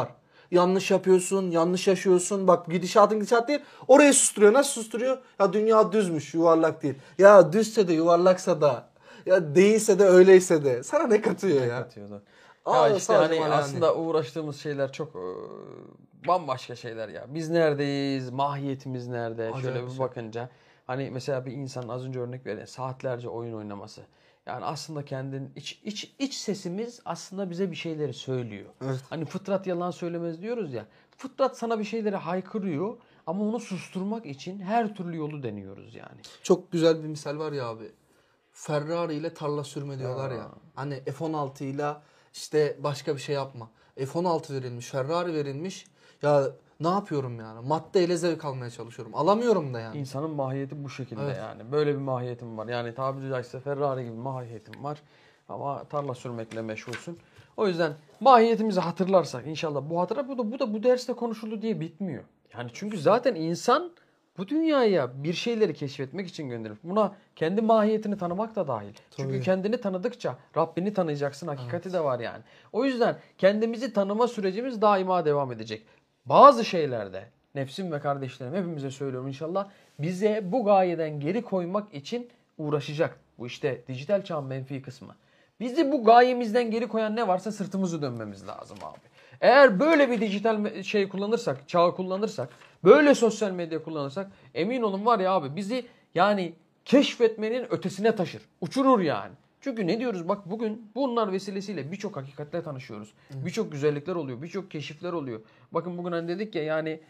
yanlış yapıyorsun, yanlış yaşıyorsun. Bak gidişatın gidişat değil. Orayı susturuyor. Nasıl susturuyor? Ya dünya düzmüş, yuvarlak değil. Ya düzse de yuvarlaksa da, ya değilse de öyleyse de. Sana ne katıyor ya? Katıyorlar. Aa, Ya işte sadece hani yani. aslında uğraştığımız şeyler çok e, bambaşka şeyler ya. Biz neredeyiz? Mahiyetimiz nerede? Acayip Şöyle bir bir şey. bakınca hani mesela bir insanın az önce örnek verilen saatlerce oyun oynaması. Yani aslında kendin iç iç iç sesimiz aslında bize bir şeyleri söylüyor. Evet. Hani fıtrat yalan söylemez diyoruz ya. Fıtrat sana bir şeyleri haykırıyor ama onu susturmak için her türlü yolu deniyoruz yani. Çok güzel bir misal var ya abi. Ferrari ile tarla sürme diyorlar ya. Ya. Hani F on altı ile işte başka bir şey yapma. F on altı verilmiş, Ferrari verilmiş. Ya ne yapıyorum yani? Maddeyle zevk almaya çalışıyorum. Alamıyorum da yani. İnsanın mahiyeti bu şekilde Evet. yani. Böyle bir mahiyetim var. Yani tabiri caizse Ferrari gibi mahiyetim var. Ama tarla sürmekle meşgulsün. O yüzden mahiyetimizi hatırlarsak inşallah bu hatıra bu da bu da bu derste konuşuldu diye bitmiyor. Yani çünkü zaten insan bu dünyaya bir şeyleri keşfetmek için gönderilmiş. Buna kendi mahiyetini tanımak da dahil. Çünkü Tabii. kendini tanıdıkça Rabbini tanıyacaksın. Hakikati de var yani. O yüzden kendimizi tanıma sürecimiz daima devam edecek. Bazı şeylerde nefsim ve kardeşlerim hepimize söylüyorum inşallah bize bu gayeden geri koymak için uğraşacak. Bu işte dijital çağın menfi kısmı. Bizi bu gayemizden geri koyan ne varsa sırtımızı dönmemiz lazım abi. Eğer böyle bir dijital şey kullanırsak, çağı kullanırsak, böyle sosyal medya kullanırsak emin olun var ya abi bizi yani keşfetmenin ötesine taşır. Uçurur yani. Çünkü ne diyoruz bak bugün bunlar vesilesiyle birçok hakikatle tanışıyoruz. Birçok güzellikler oluyor, birçok keşifler oluyor. Bakın bugün hani dedik ya yani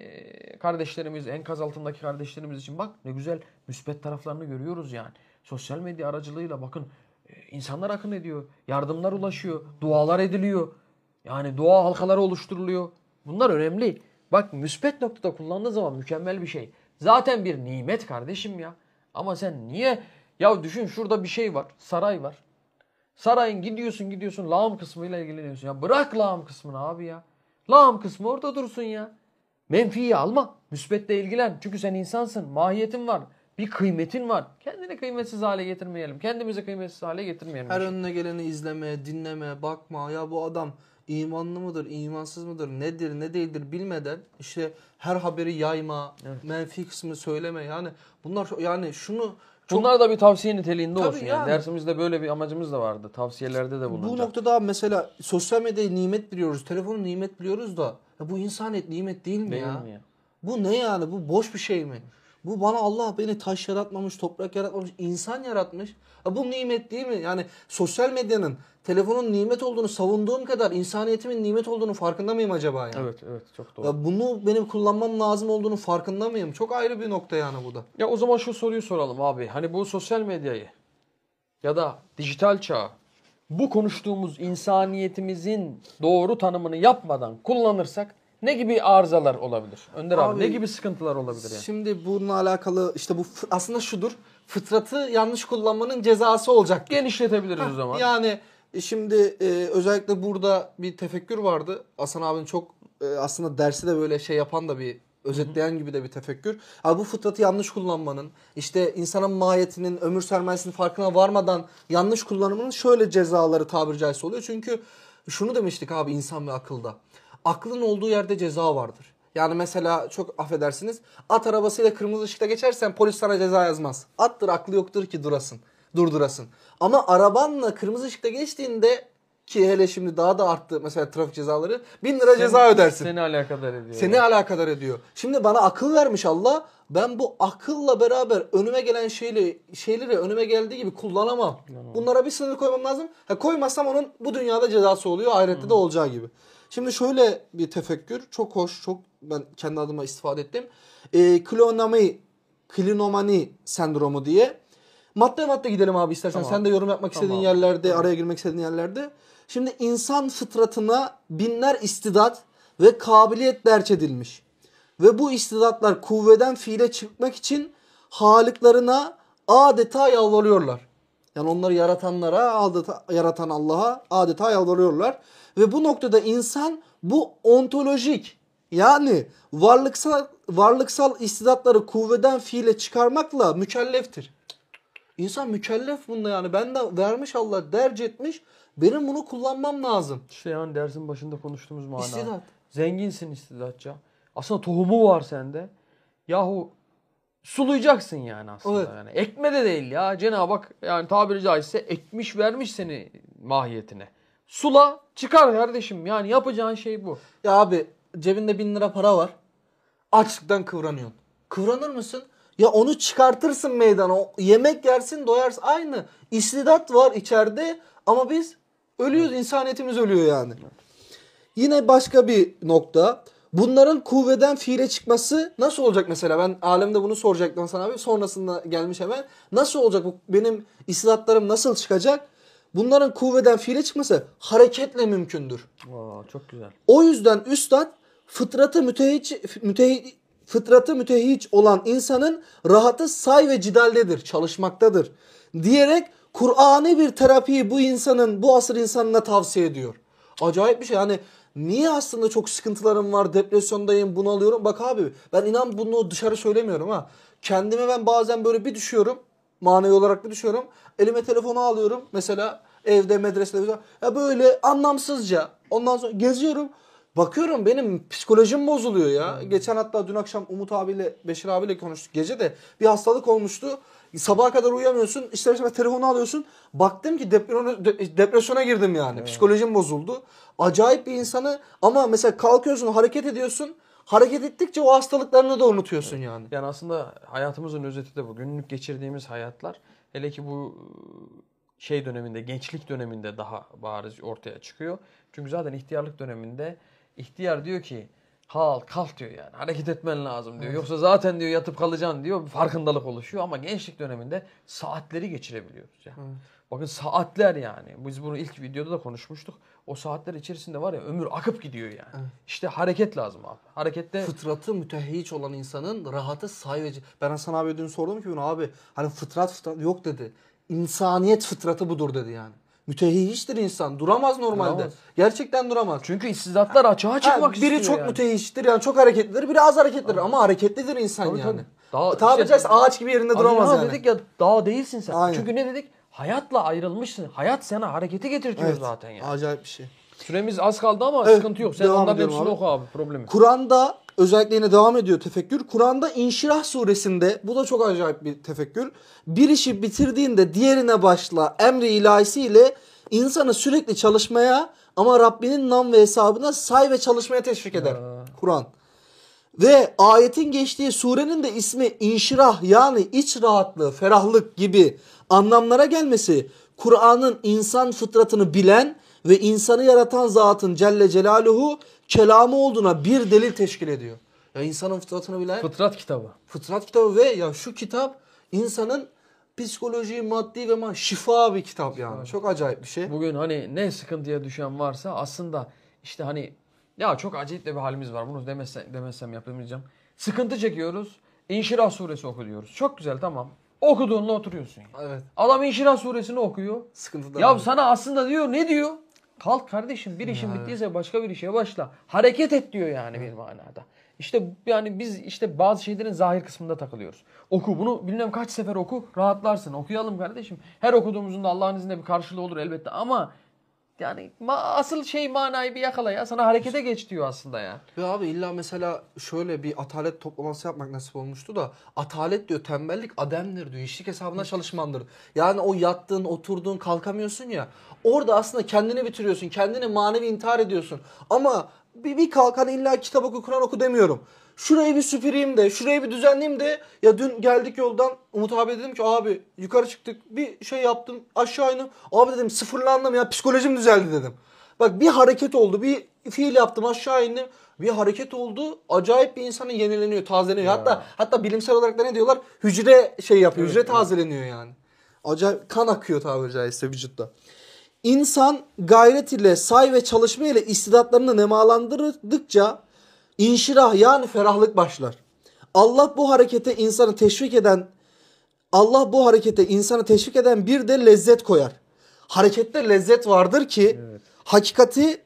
e, kardeşlerimiz, enkaz altındaki kardeşlerimiz için bak ne güzel müspet taraflarını görüyoruz yani. Sosyal medya aracılığıyla bakın e, insanlar akın ediyor, yardımlar ulaşıyor, dualar ediliyor. Yani dua halkaları oluşturuluyor. Bunlar önemli. Bak müspet noktada kullandığı zaman mükemmel bir şey. Zaten bir nimet kardeşim ya. Ama sen niye... Ya düşün şurada bir şey var. Saray var. Sarayın gidiyorsun gidiyorsun lağım kısmıyla ilgileniyorsun. Ya bırak lağım kısmını abi ya. Lağım kısmı orada dursun ya. Menfiyi alma. Müsbetle ilgilen. Çünkü sen insansın. Mahiyetin var. Bir kıymetin var. Kendini kıymetsiz hale getirmeyelim. Kendimizi kıymetsiz hale getirmeyelim. Her önüne geleni izleme, dinleme, bakma. Ya bu adam imanlı mıdır, imansız mıdır, nedir, ne değildir bilmeden işte her haberi yayma, Evet. menfi kısmını söyleme. Yani bunlar çok- yani şunu çok Bunlar da bir tavsiye niteliğinde Tabii olsun. Yani. yani. Dersimizde böyle bir amacımız da vardı. Tavsiyelerde de bulunacak. bu noktada mesela sosyal medyayı nimet biliyoruz, telefonu nimet biliyoruz da ya bu insaniyet nimet değil mi Değil ya? mi ya? Bu ne yani? Bu boş bir şey mi? Bu bana Allah beni taş yaratmamış, toprak yaratmamış, insan yaratmış. Ha bu nimet değil mi? Yani sosyal medyanın, telefonun nimet olduğunu savunduğum kadar insaniyetimin nimet olduğunu farkında mıyım acaba yani? Evet evet çok doğru. Ya bunu benim kullanmam lazım olduğunu farkında mıyım? Çok ayrı bir nokta yani bu da. Ya o zaman şu soruyu soralım abi. Hani bu sosyal medyayı ya da dijital çağı bu konuştuğumuz insaniyetimizin doğru tanımını yapmadan kullanırsak ne gibi arızalar olabilir? Önder abi, Abi, ne gibi sıkıntılar olabilir yani? Şimdi bununla alakalı işte bu fı- aslında şudur. Fıtratı yanlış kullanmanın cezası olacak. Genişletebiliriz o zaman. Yani e, şimdi e, özellikle burada bir tefekkür vardı. Hasan abinin çok e, aslında dersi de böyle şey yapan da bir özetleyen gibi de bir tefekkür. Abi bu fıtratı yanlış kullanmanın, işte insanın mahiyetinin, ömür sermayesinin farkına varmadan yanlış kullanımının şöyle cezaları tabiri caizse oluyor. Çünkü şunu demiştik abi insan ve akılda. Aklın olduğu yerde ceza vardır. Yani mesela çok affedersiniz at arabasıyla kırmızı ışıkta geçersen polis sana ceza yazmaz. Attır aklı yoktur ki durasın. Durdurasın. Ama arabanla kırmızı ışıkta geçtiğinde ki hele şimdi daha da arttı mesela trafik cezaları bin lira ceza ödersin. Seni alakadar ediyor. Seni yani. alakadar ediyor. Şimdi bana akıl vermiş Allah. Ben bu akılla beraber önüme gelen şeyleri, şeyleri önüme geldiği gibi kullanamam. Bunlara bir sınır koymam lazım. Ha, koymazsam onun bu dünyada cezası oluyor. Ahirette de olacağı gibi. Şimdi şöyle bir tefekkür. Çok hoş. Çok ben kendi adıma istifade ettim. E, klonomani, klinomani sendromu diye. Madde madde gidelim abi istersen. Tamam. Sen de yorum yapmak istediğin Tamam. yerlerde, araya girmek istediğin yerlerde. Şimdi insan fıtratına binler istidat ve kabiliyet derç edilmiş. Ve bu istidatlar kuvveden fiile çıkmak için halıklarına adeta yalvarıyorlar. Yani onları yaratanlara, adeta, yaratan Allah'a adeta yalvarıyorlar. Ve bu noktada insan bu ontolojik yani varlıksal varlıksal istidatları kuvveden fiile çıkarmakla mükelleftir. İnsan mükellef bunda yani. Ben de vermiş Allah derc etmiş. Benim bunu kullanmam lazım. İşte yani dersin başında konuştuğumuz mana. İstidat. Zenginsin istidatça. Aslında tohumu var sende. Yahu sulayacaksın yani aslında. Evet. Yani. Ekme de değil ya. Cenab-ı Hak yani tabiri caizse ekmiş vermiş seni mahiyetine. Sula çıkar kardeşim. Yani yapacağın şey bu. Ya abi cebinde bin lira para var. Açlıktan kıvranıyorsun. Kıvranır mısın? Ya onu çıkartırsın meydana. O yemek yersin doyarsın. Aynı. İstidat var içeride ama biz ölüyoruz. İnsaniyetimiz ölüyor yani. Yine başka bir nokta. Bunların kuvveden fiile çıkması nasıl olacak mesela? Ben alemde bunu soracaktım sana abi. Sonrasında gelmiş hemen. Nasıl olacak? Bu benim istidatlarım nasıl çıkacak? Bunların kuvveden fiile çıkması hareketle mümkündür. Aa, çok güzel. O yüzden üstad fıtratı mütehiç, mütehi, fıtratı mütehiç olan insanın rahatı say ve cidaldedir, çalışmaktadır diyerek Kur'an'ı bir terapiyi bu insanın, bu asır insanına tavsiye ediyor. Acayip bir şey. Yani niye aslında çok sıkıntılarım var, depresyondayım, bunalıyorum. Bak abi ben inan bunu dışarı söylemiyorum ha. Kendime ben bazen böyle bir düşüyorum. Manevi olarak bir düşüyorum. Elime telefonu alıyorum. Mesela evde, medresede. Ya böyle anlamsızca. Ondan sonra geziyorum. Bakıyorum benim psikolojim bozuluyor ya. Hmm. Geçen hatta dün akşam Umut abiyle, Beşir abiyle konuştuk. Gece de bir hastalık olmuştu. Sabaha kadar uyuyamıyorsun. İster istemez telefonu alıyorsun. Baktım ki depresyona, depresyona girdim yani. Evet. Psikolojim bozuldu. Acayip bir insanı ama mesela kalkıyorsun, hareket ediyorsun. Hareket ettikçe o hastalıklarını da unutuyorsun evet. yani. Yani aslında hayatımızın özeti de bu. Günlük geçirdiğimiz hayatlar hele ki bu şey döneminde, gençlik döneminde daha bariz ortaya çıkıyor. Çünkü zaten ihtiyarlık döneminde ihtiyar diyor ki kalk kalk diyor yani. Hareket etmen lazım diyor. Evet. Yoksa zaten diyor yatıp kalacaksın diyor. Bir farkındalık oluşuyor ama gençlik döneminde saatleri geçirebiliyoruz ya. Evet. Bakın saatler yani. Biz bunu ilk videoda da konuşmuştuk. O saatler içerisinde var ya ömür akıp gidiyor yani. Evet. İşte hareket lazım abi. Harekette fıtratı mütehiç olan insanın rahatı say ve ben Hasan abi dün sordum ki bunu abi hani fıtrat fıtrat yok dedi. İnsaniyet fıtratı budur dedi yani. Mütehiçtir insan. Duramaz normalde. Duramaz. Gerçekten duramaz. Çünkü istidatlar açığa çıkmak ha, istiyor biri çok yani. mütehiçtir yani çok hareketlidir. Biri az hareketlidir ha. Ama hareketlidir insan tabii, yani. Tabii. Tabiri işte, caizse ağaç gibi yerinde duramaz yani. Dedik ya dağ değilsin sen. Aynen. Çünkü ne dedik? Hayatla ayrılmışsın. Hayat sana harekete getirtiyor evet, zaten yani. Acayip bir şey. Süremiz az kaldı ama evet, sıkıntı yok. Sen onların hepsini abi. oku abi. Problemi. Kur'an'da özellikle yine devam ediyor tefekkür. Kur'an'da İnşirah suresinde bu da çok acayip bir tefekkür. Bir işi bitirdiğinde diğerine başla emri ilahisiyle insanı sürekli çalışmaya ama Rabbinin nam ve hesabına say ve çalışmaya teşvik eder. Kur'an. Ve ayetin geçtiği surenin de ismi İnşirah yani iç rahatlığı, ferahlık gibi anlamlara gelmesi Kur'an'ın insan fıtratını bilen ve insanı yaratan zatın Celle Celaluhu kelamı olduğuna bir delil teşkil ediyor. Ya insanın fıtratını bilen fıtrat kitabı. Fıtrat kitabı ve ya şu kitap insanın psikoloji, maddi ve man şifa bir kitap yani. Çok acayip bir şey. Bugün hani ne sıkıntıya düşen varsa aslında işte hani ya çok acayip de bir halimiz var. Bunu demezsem, demezsem yapamayacağım. Sıkıntı çekiyoruz. İnşirah suresi oku diyoruz. Çok güzel tamam. Okuduğunla oturuyorsun. Yani. Evet. Adam İnşirah suresini okuyor. Sıkıntıda ya var. sana aslında diyor ne diyor? Kalk kardeşim bir işin ya. bittiyse başka bir işe başla. Hareket et diyor yani evet. bir manada. İşte yani biz işte bazı şeylerin zahir kısmında takılıyoruz. Oku bunu bilmem kaç sefer oku rahatlarsın. Okuyalım kardeşim. Her okuduğumuzun da Allah'ın izniyle bir karşılığı olur elbette ama yani asıl şey manayı bir yakala ya. Sana harekete geç diyor aslında ya. Ya abi illa mesela şöyle bir atalet toplaması yapmak nasip olmuştu da atalet diyor tembellik ademdir diyor. İşlik hesabına çalışmandır. Yani o yattığın, oturduğun, kalkamıyorsun ya. Orada aslında kendini bitiriyorsun. Kendini manevi intihar ediyorsun. Ama bir, bir kalk hani illa kitap oku, Kur'an oku demiyorum. Şurayı bir süpüreyim de, şurayı bir düzenleyeyim de. Ya dün geldik yoldan Umut abi dedim ki abi yukarı çıktık bir şey yaptım aşağı indim. Abi dedim sıfırlandım ya psikolojim düzeldi dedim. Bak bir hareket oldu bir fiil yaptım aşağı indim. Bir hareket oldu acayip bir insanın yenileniyor tazeleniyor. Ya. Hatta hatta bilimsel olarak da ne diyorlar hücre şey yapıyor evet, hücre evet. tazeleniyor yani. Acayip kan akıyor tabiri caizse vücutta. İnsan gayret ile say ve çalışma ile istidatlarını nemalandırdıkça İnşirah yani ferahlık başlar. Allah bu harekete insanı teşvik eden Allah bu harekete insanı teşvik eden bir de lezzet koyar. Harekette lezzet vardır ki evet. hakikati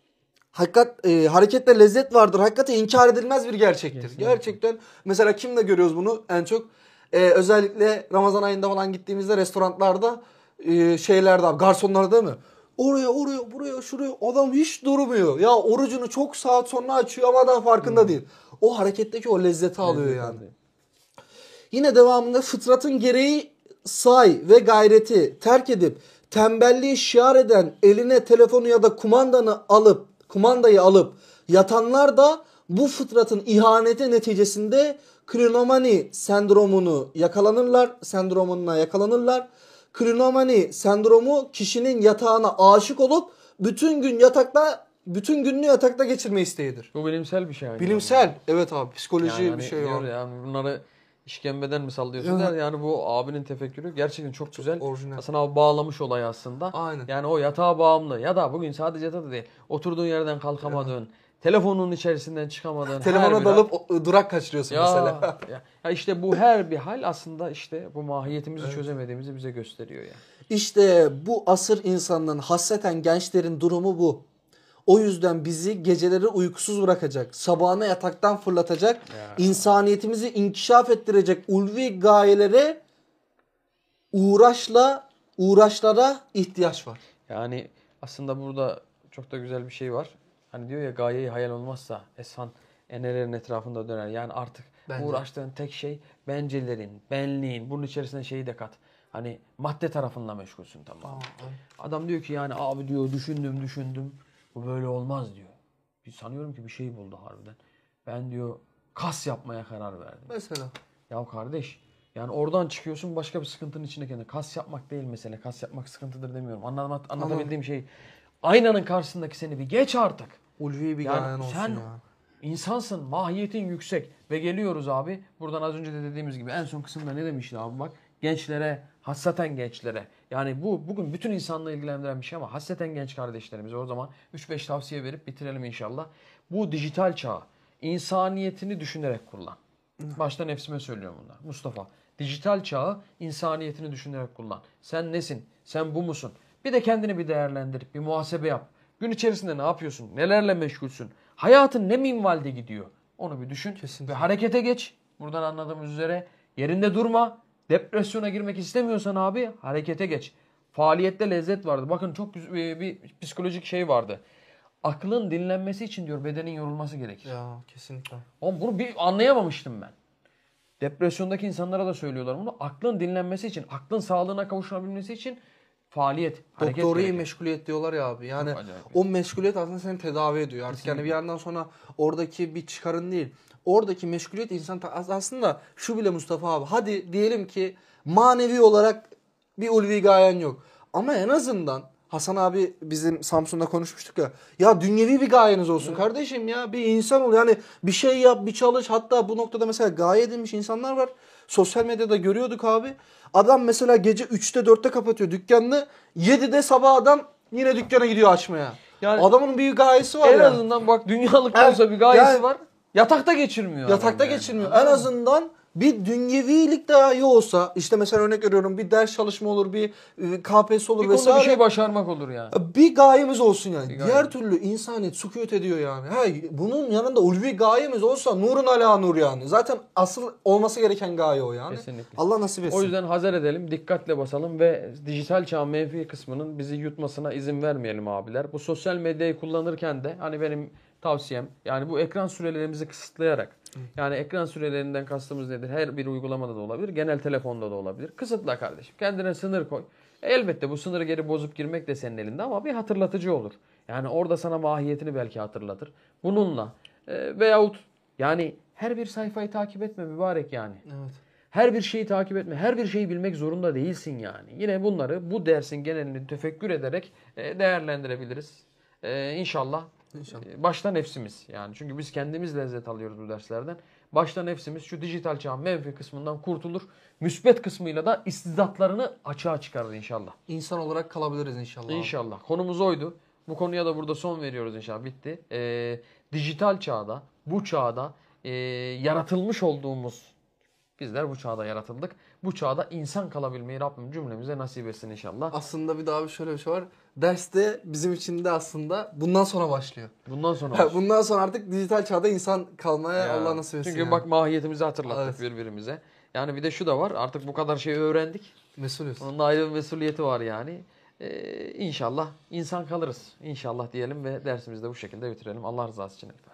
hakikat e, harekette lezzet vardır. Hakikati inkar edilmez bir gerçektir. Kesinlikle. Gerçekten mesela kimde görüyoruz bunu en çok e, özellikle Ramazan ayında falan gittiğimizde restoranlarda e, şeylerde abi garsonlarda değil mi? Oraya oraya buraya şuraya adam hiç durmuyor. Ya orucunu çok saat sonra açıyor ama adam farkında hmm. değil. O hareketteki o lezzeti alıyor Lezzet yani. Alıyor. Yine devamında fıtratın gereği say ve gayreti terk edip tembelliği şiar eden eline telefonu ya da kumandanı alıp kumandayı alıp yatanlar da bu fıtratın ihaneti neticesinde klinomani sendromunu yakalanırlar, sendromununa yakalanırlar. Klinomani sendromu kişinin yatağına aşık olup bütün gün yatakta bütün gününü yatakta geçirme isteğidir. Bu bilimsel bir şey. Yani. Bilimsel. Yani. Evet abi. Psikoloji yani bir şey diyor ya. Yani bunları işkembeden mi sallıyorsun der. Yani bu abinin tefekkürü gerçekten çok, çok güzel. Orijinal. Hasan abi bağlamış olayı aslında. Aynen. Yani o yatağa bağımlı ya da bugün sadece yatakta değil. Oturduğun yerden kalkamadın. Evet. Telefonun içerisinden çıkamadın. Telefona dalıp hal... durak kaçırıyorsun ya, mesela. ya, ya işte bu her bir hal aslında işte bu mahiyetimizi evet. çözemediğimizi bize gösteriyor yani. İşte bu asır insanların hasreten gençlerin durumu bu. O yüzden bizi geceleri uykusuz bırakacak, sabahına yataktan fırlatacak, ya. insaniyetimizi inkişaf ettirecek ulvi gayelere uğraşla uğraşlara ihtiyaç var. Yani aslında burada çok da güzel bir şey var. Hani diyor ya gayeyi hayal olmazsa Eshan enelerin etrafında döner. Yani artık Bence. uğraştığın tek şey bencelerin, benliğin, bunun içerisine şeyi de kat. Hani madde tarafınla meşgulsün tamam. Aa, Adam diyor ki yani abi diyor düşündüm düşündüm. Bu böyle olmaz diyor. Bir sanıyorum ki bir şey buldu harbiden. Ben diyor kas yapmaya karar verdim. Mesela. Ya kardeş yani oradan çıkıyorsun başka bir sıkıntının içine kendine. Kas yapmak değil mesele. Kas yapmak sıkıntıdır demiyorum. Anladım, anlatabildiğim şey aynanın karşısındaki seni bir geç artık. Ulvi bir yani gayen olsun sen ya. insansın, mahiyetin yüksek ve geliyoruz abi. Buradan az önce de dediğimiz gibi en son kısımda ne demişti abi bak. Gençlere, hasreten gençlere. Yani bu bugün bütün insanlığı ilgilendiren bir şey ama hasreten genç kardeşlerimize o zaman üç beş tavsiye verip bitirelim inşallah. Bu dijital çağ insaniyetini düşünerek kullan. Başta nefsime söylüyorum bunlar. Mustafa, dijital çağı insaniyetini düşünerek kullan. Sen nesin? Sen bu musun? Bir de kendini bir değerlendir, bir muhasebe yap. Gün içerisinde ne yapıyorsun? Nelerle meşgulsün? Hayatın ne minvalde gidiyor? Onu bir düşün. Kesinlikle. Ve harekete geç. Buradan anladığımız üzere yerinde durma. Depresyona girmek istemiyorsan abi harekete geç. Faaliyette lezzet vardı. Bakın çok güzel bir, bir psikolojik şey vardı. Aklın dinlenmesi için diyor bedenin yorulması gerekir. Ya kesinlikle. Oğlum bunu bir anlayamamıştım ben. Depresyondaki insanlara da söylüyorlar bunu. Aklın dinlenmesi için, aklın sağlığına kavuşabilmesi için faaliyet, hareket Doktori meşguliyet diyorlar ya abi. Yani o meşguliyet aslında seni tedavi ediyor. Artık Kesinlikle. Yani bir yandan sonra oradaki bir çıkarın değil. Oradaki meşguliyet insan aslında şu bile Mustafa abi. Hadi diyelim ki manevi olarak bir ulvi gayen yok. Ama en azından Hasan abi bizim Samsun'da konuşmuştuk ya. Ya dünyevi bir gayeniz olsun evet. kardeşim ya. Bir insan ol. Yani bir şey yap, bir çalış. Hatta bu noktada mesela gaye edilmiş insanlar var. Sosyal medyada görüyorduk abi. Adam mesela gece üçte dörtte kapatıyor dükkanını. yedide sabah adam yine dükkana gidiyor açmaya. Yani adamın bir gayesi var en yani. azından bak dünyalık da olsa bir gayesi yani, var. Yatakta geçirmiyor. Yatakta yani. geçirmiyor. En azından bir dünyevilik daha iyi olsa işte mesela örnek veriyorum bir ders çalışma olur, bir K P S S olur bir vesaire. Bir şey başarmak olur yani. Bir gayemiz olsun yani. Bir Diğer gayemiz. türlü insaniyet sükût ediyor yani. He, bunun yanında ulvi gayemiz olsa nurun ala nur yani. Zaten asıl olması gereken gaye o yani. Kesinlikle. Allah nasip etsin. O yüzden hazır edelim, dikkatle basalım ve dijital çağ menfi kısmının bizi yutmasına izin vermeyelim abiler. Bu sosyal medyayı kullanırken de hani benim tavsiyem yani bu ekran sürelerimizi kısıtlayarak yani ekran sürelerinden kastımız nedir? Her bir uygulamada da olabilir. Genel telefonda da olabilir. Kısıtla kardeşim. Kendine sınır koy. E elbette bu sınırı geri bozup girmek de senin elinde ama bir hatırlatıcı olur. Yani orada sana mahiyetini belki hatırlatır. Bununla e, veyahut yani her bir sayfayı takip etme mübarek yani. Evet. Her bir şeyi takip etme. Her bir şeyi bilmek zorunda değilsin yani. Yine bunları bu dersin genelini tefekkür ederek e, değerlendirebiliriz. E, inşallah. İnşallah. Başta nefsimiz yani çünkü biz kendimiz lezzet alıyoruz bu derslerden. Başta nefsimiz şu dijital çağın menfi kısmından kurtulur. Müsbet kısmıyla da istidatlarını açığa çıkarır inşallah. İnsan olarak kalabiliriz inşallah. İnşallah. Konumuz oydu. Bu konuya da burada son veriyoruz inşallah. Bitti. Ee, dijital çağda, bu çağda e, yaratılmış olduğumuz bizler bu çağda yaratıldık. Bu çağda insan kalabilmeyi Rabbim cümlemize nasip etsin inşallah. Aslında bir daha bir şöyle bir şey var. Derste bizim için de aslında bundan sonra başlıyor. Bundan sonra başlıyor. Bundan sonra artık dijital çağda insan kalmaya ya, Allah nasip etsin. Çünkü yani. bak mahiyetimizi hatırlattık evet. birbirimize. Yani bir de şu da var. Artık bu kadar şeyi öğrendik. Mesulüz. Onun da ayrı bir mesuliyeti var yani. Ee, inşallah insan kalırız. İnşallah diyelim ve dersimizi de bu şekilde bitirelim. Allah rızası için.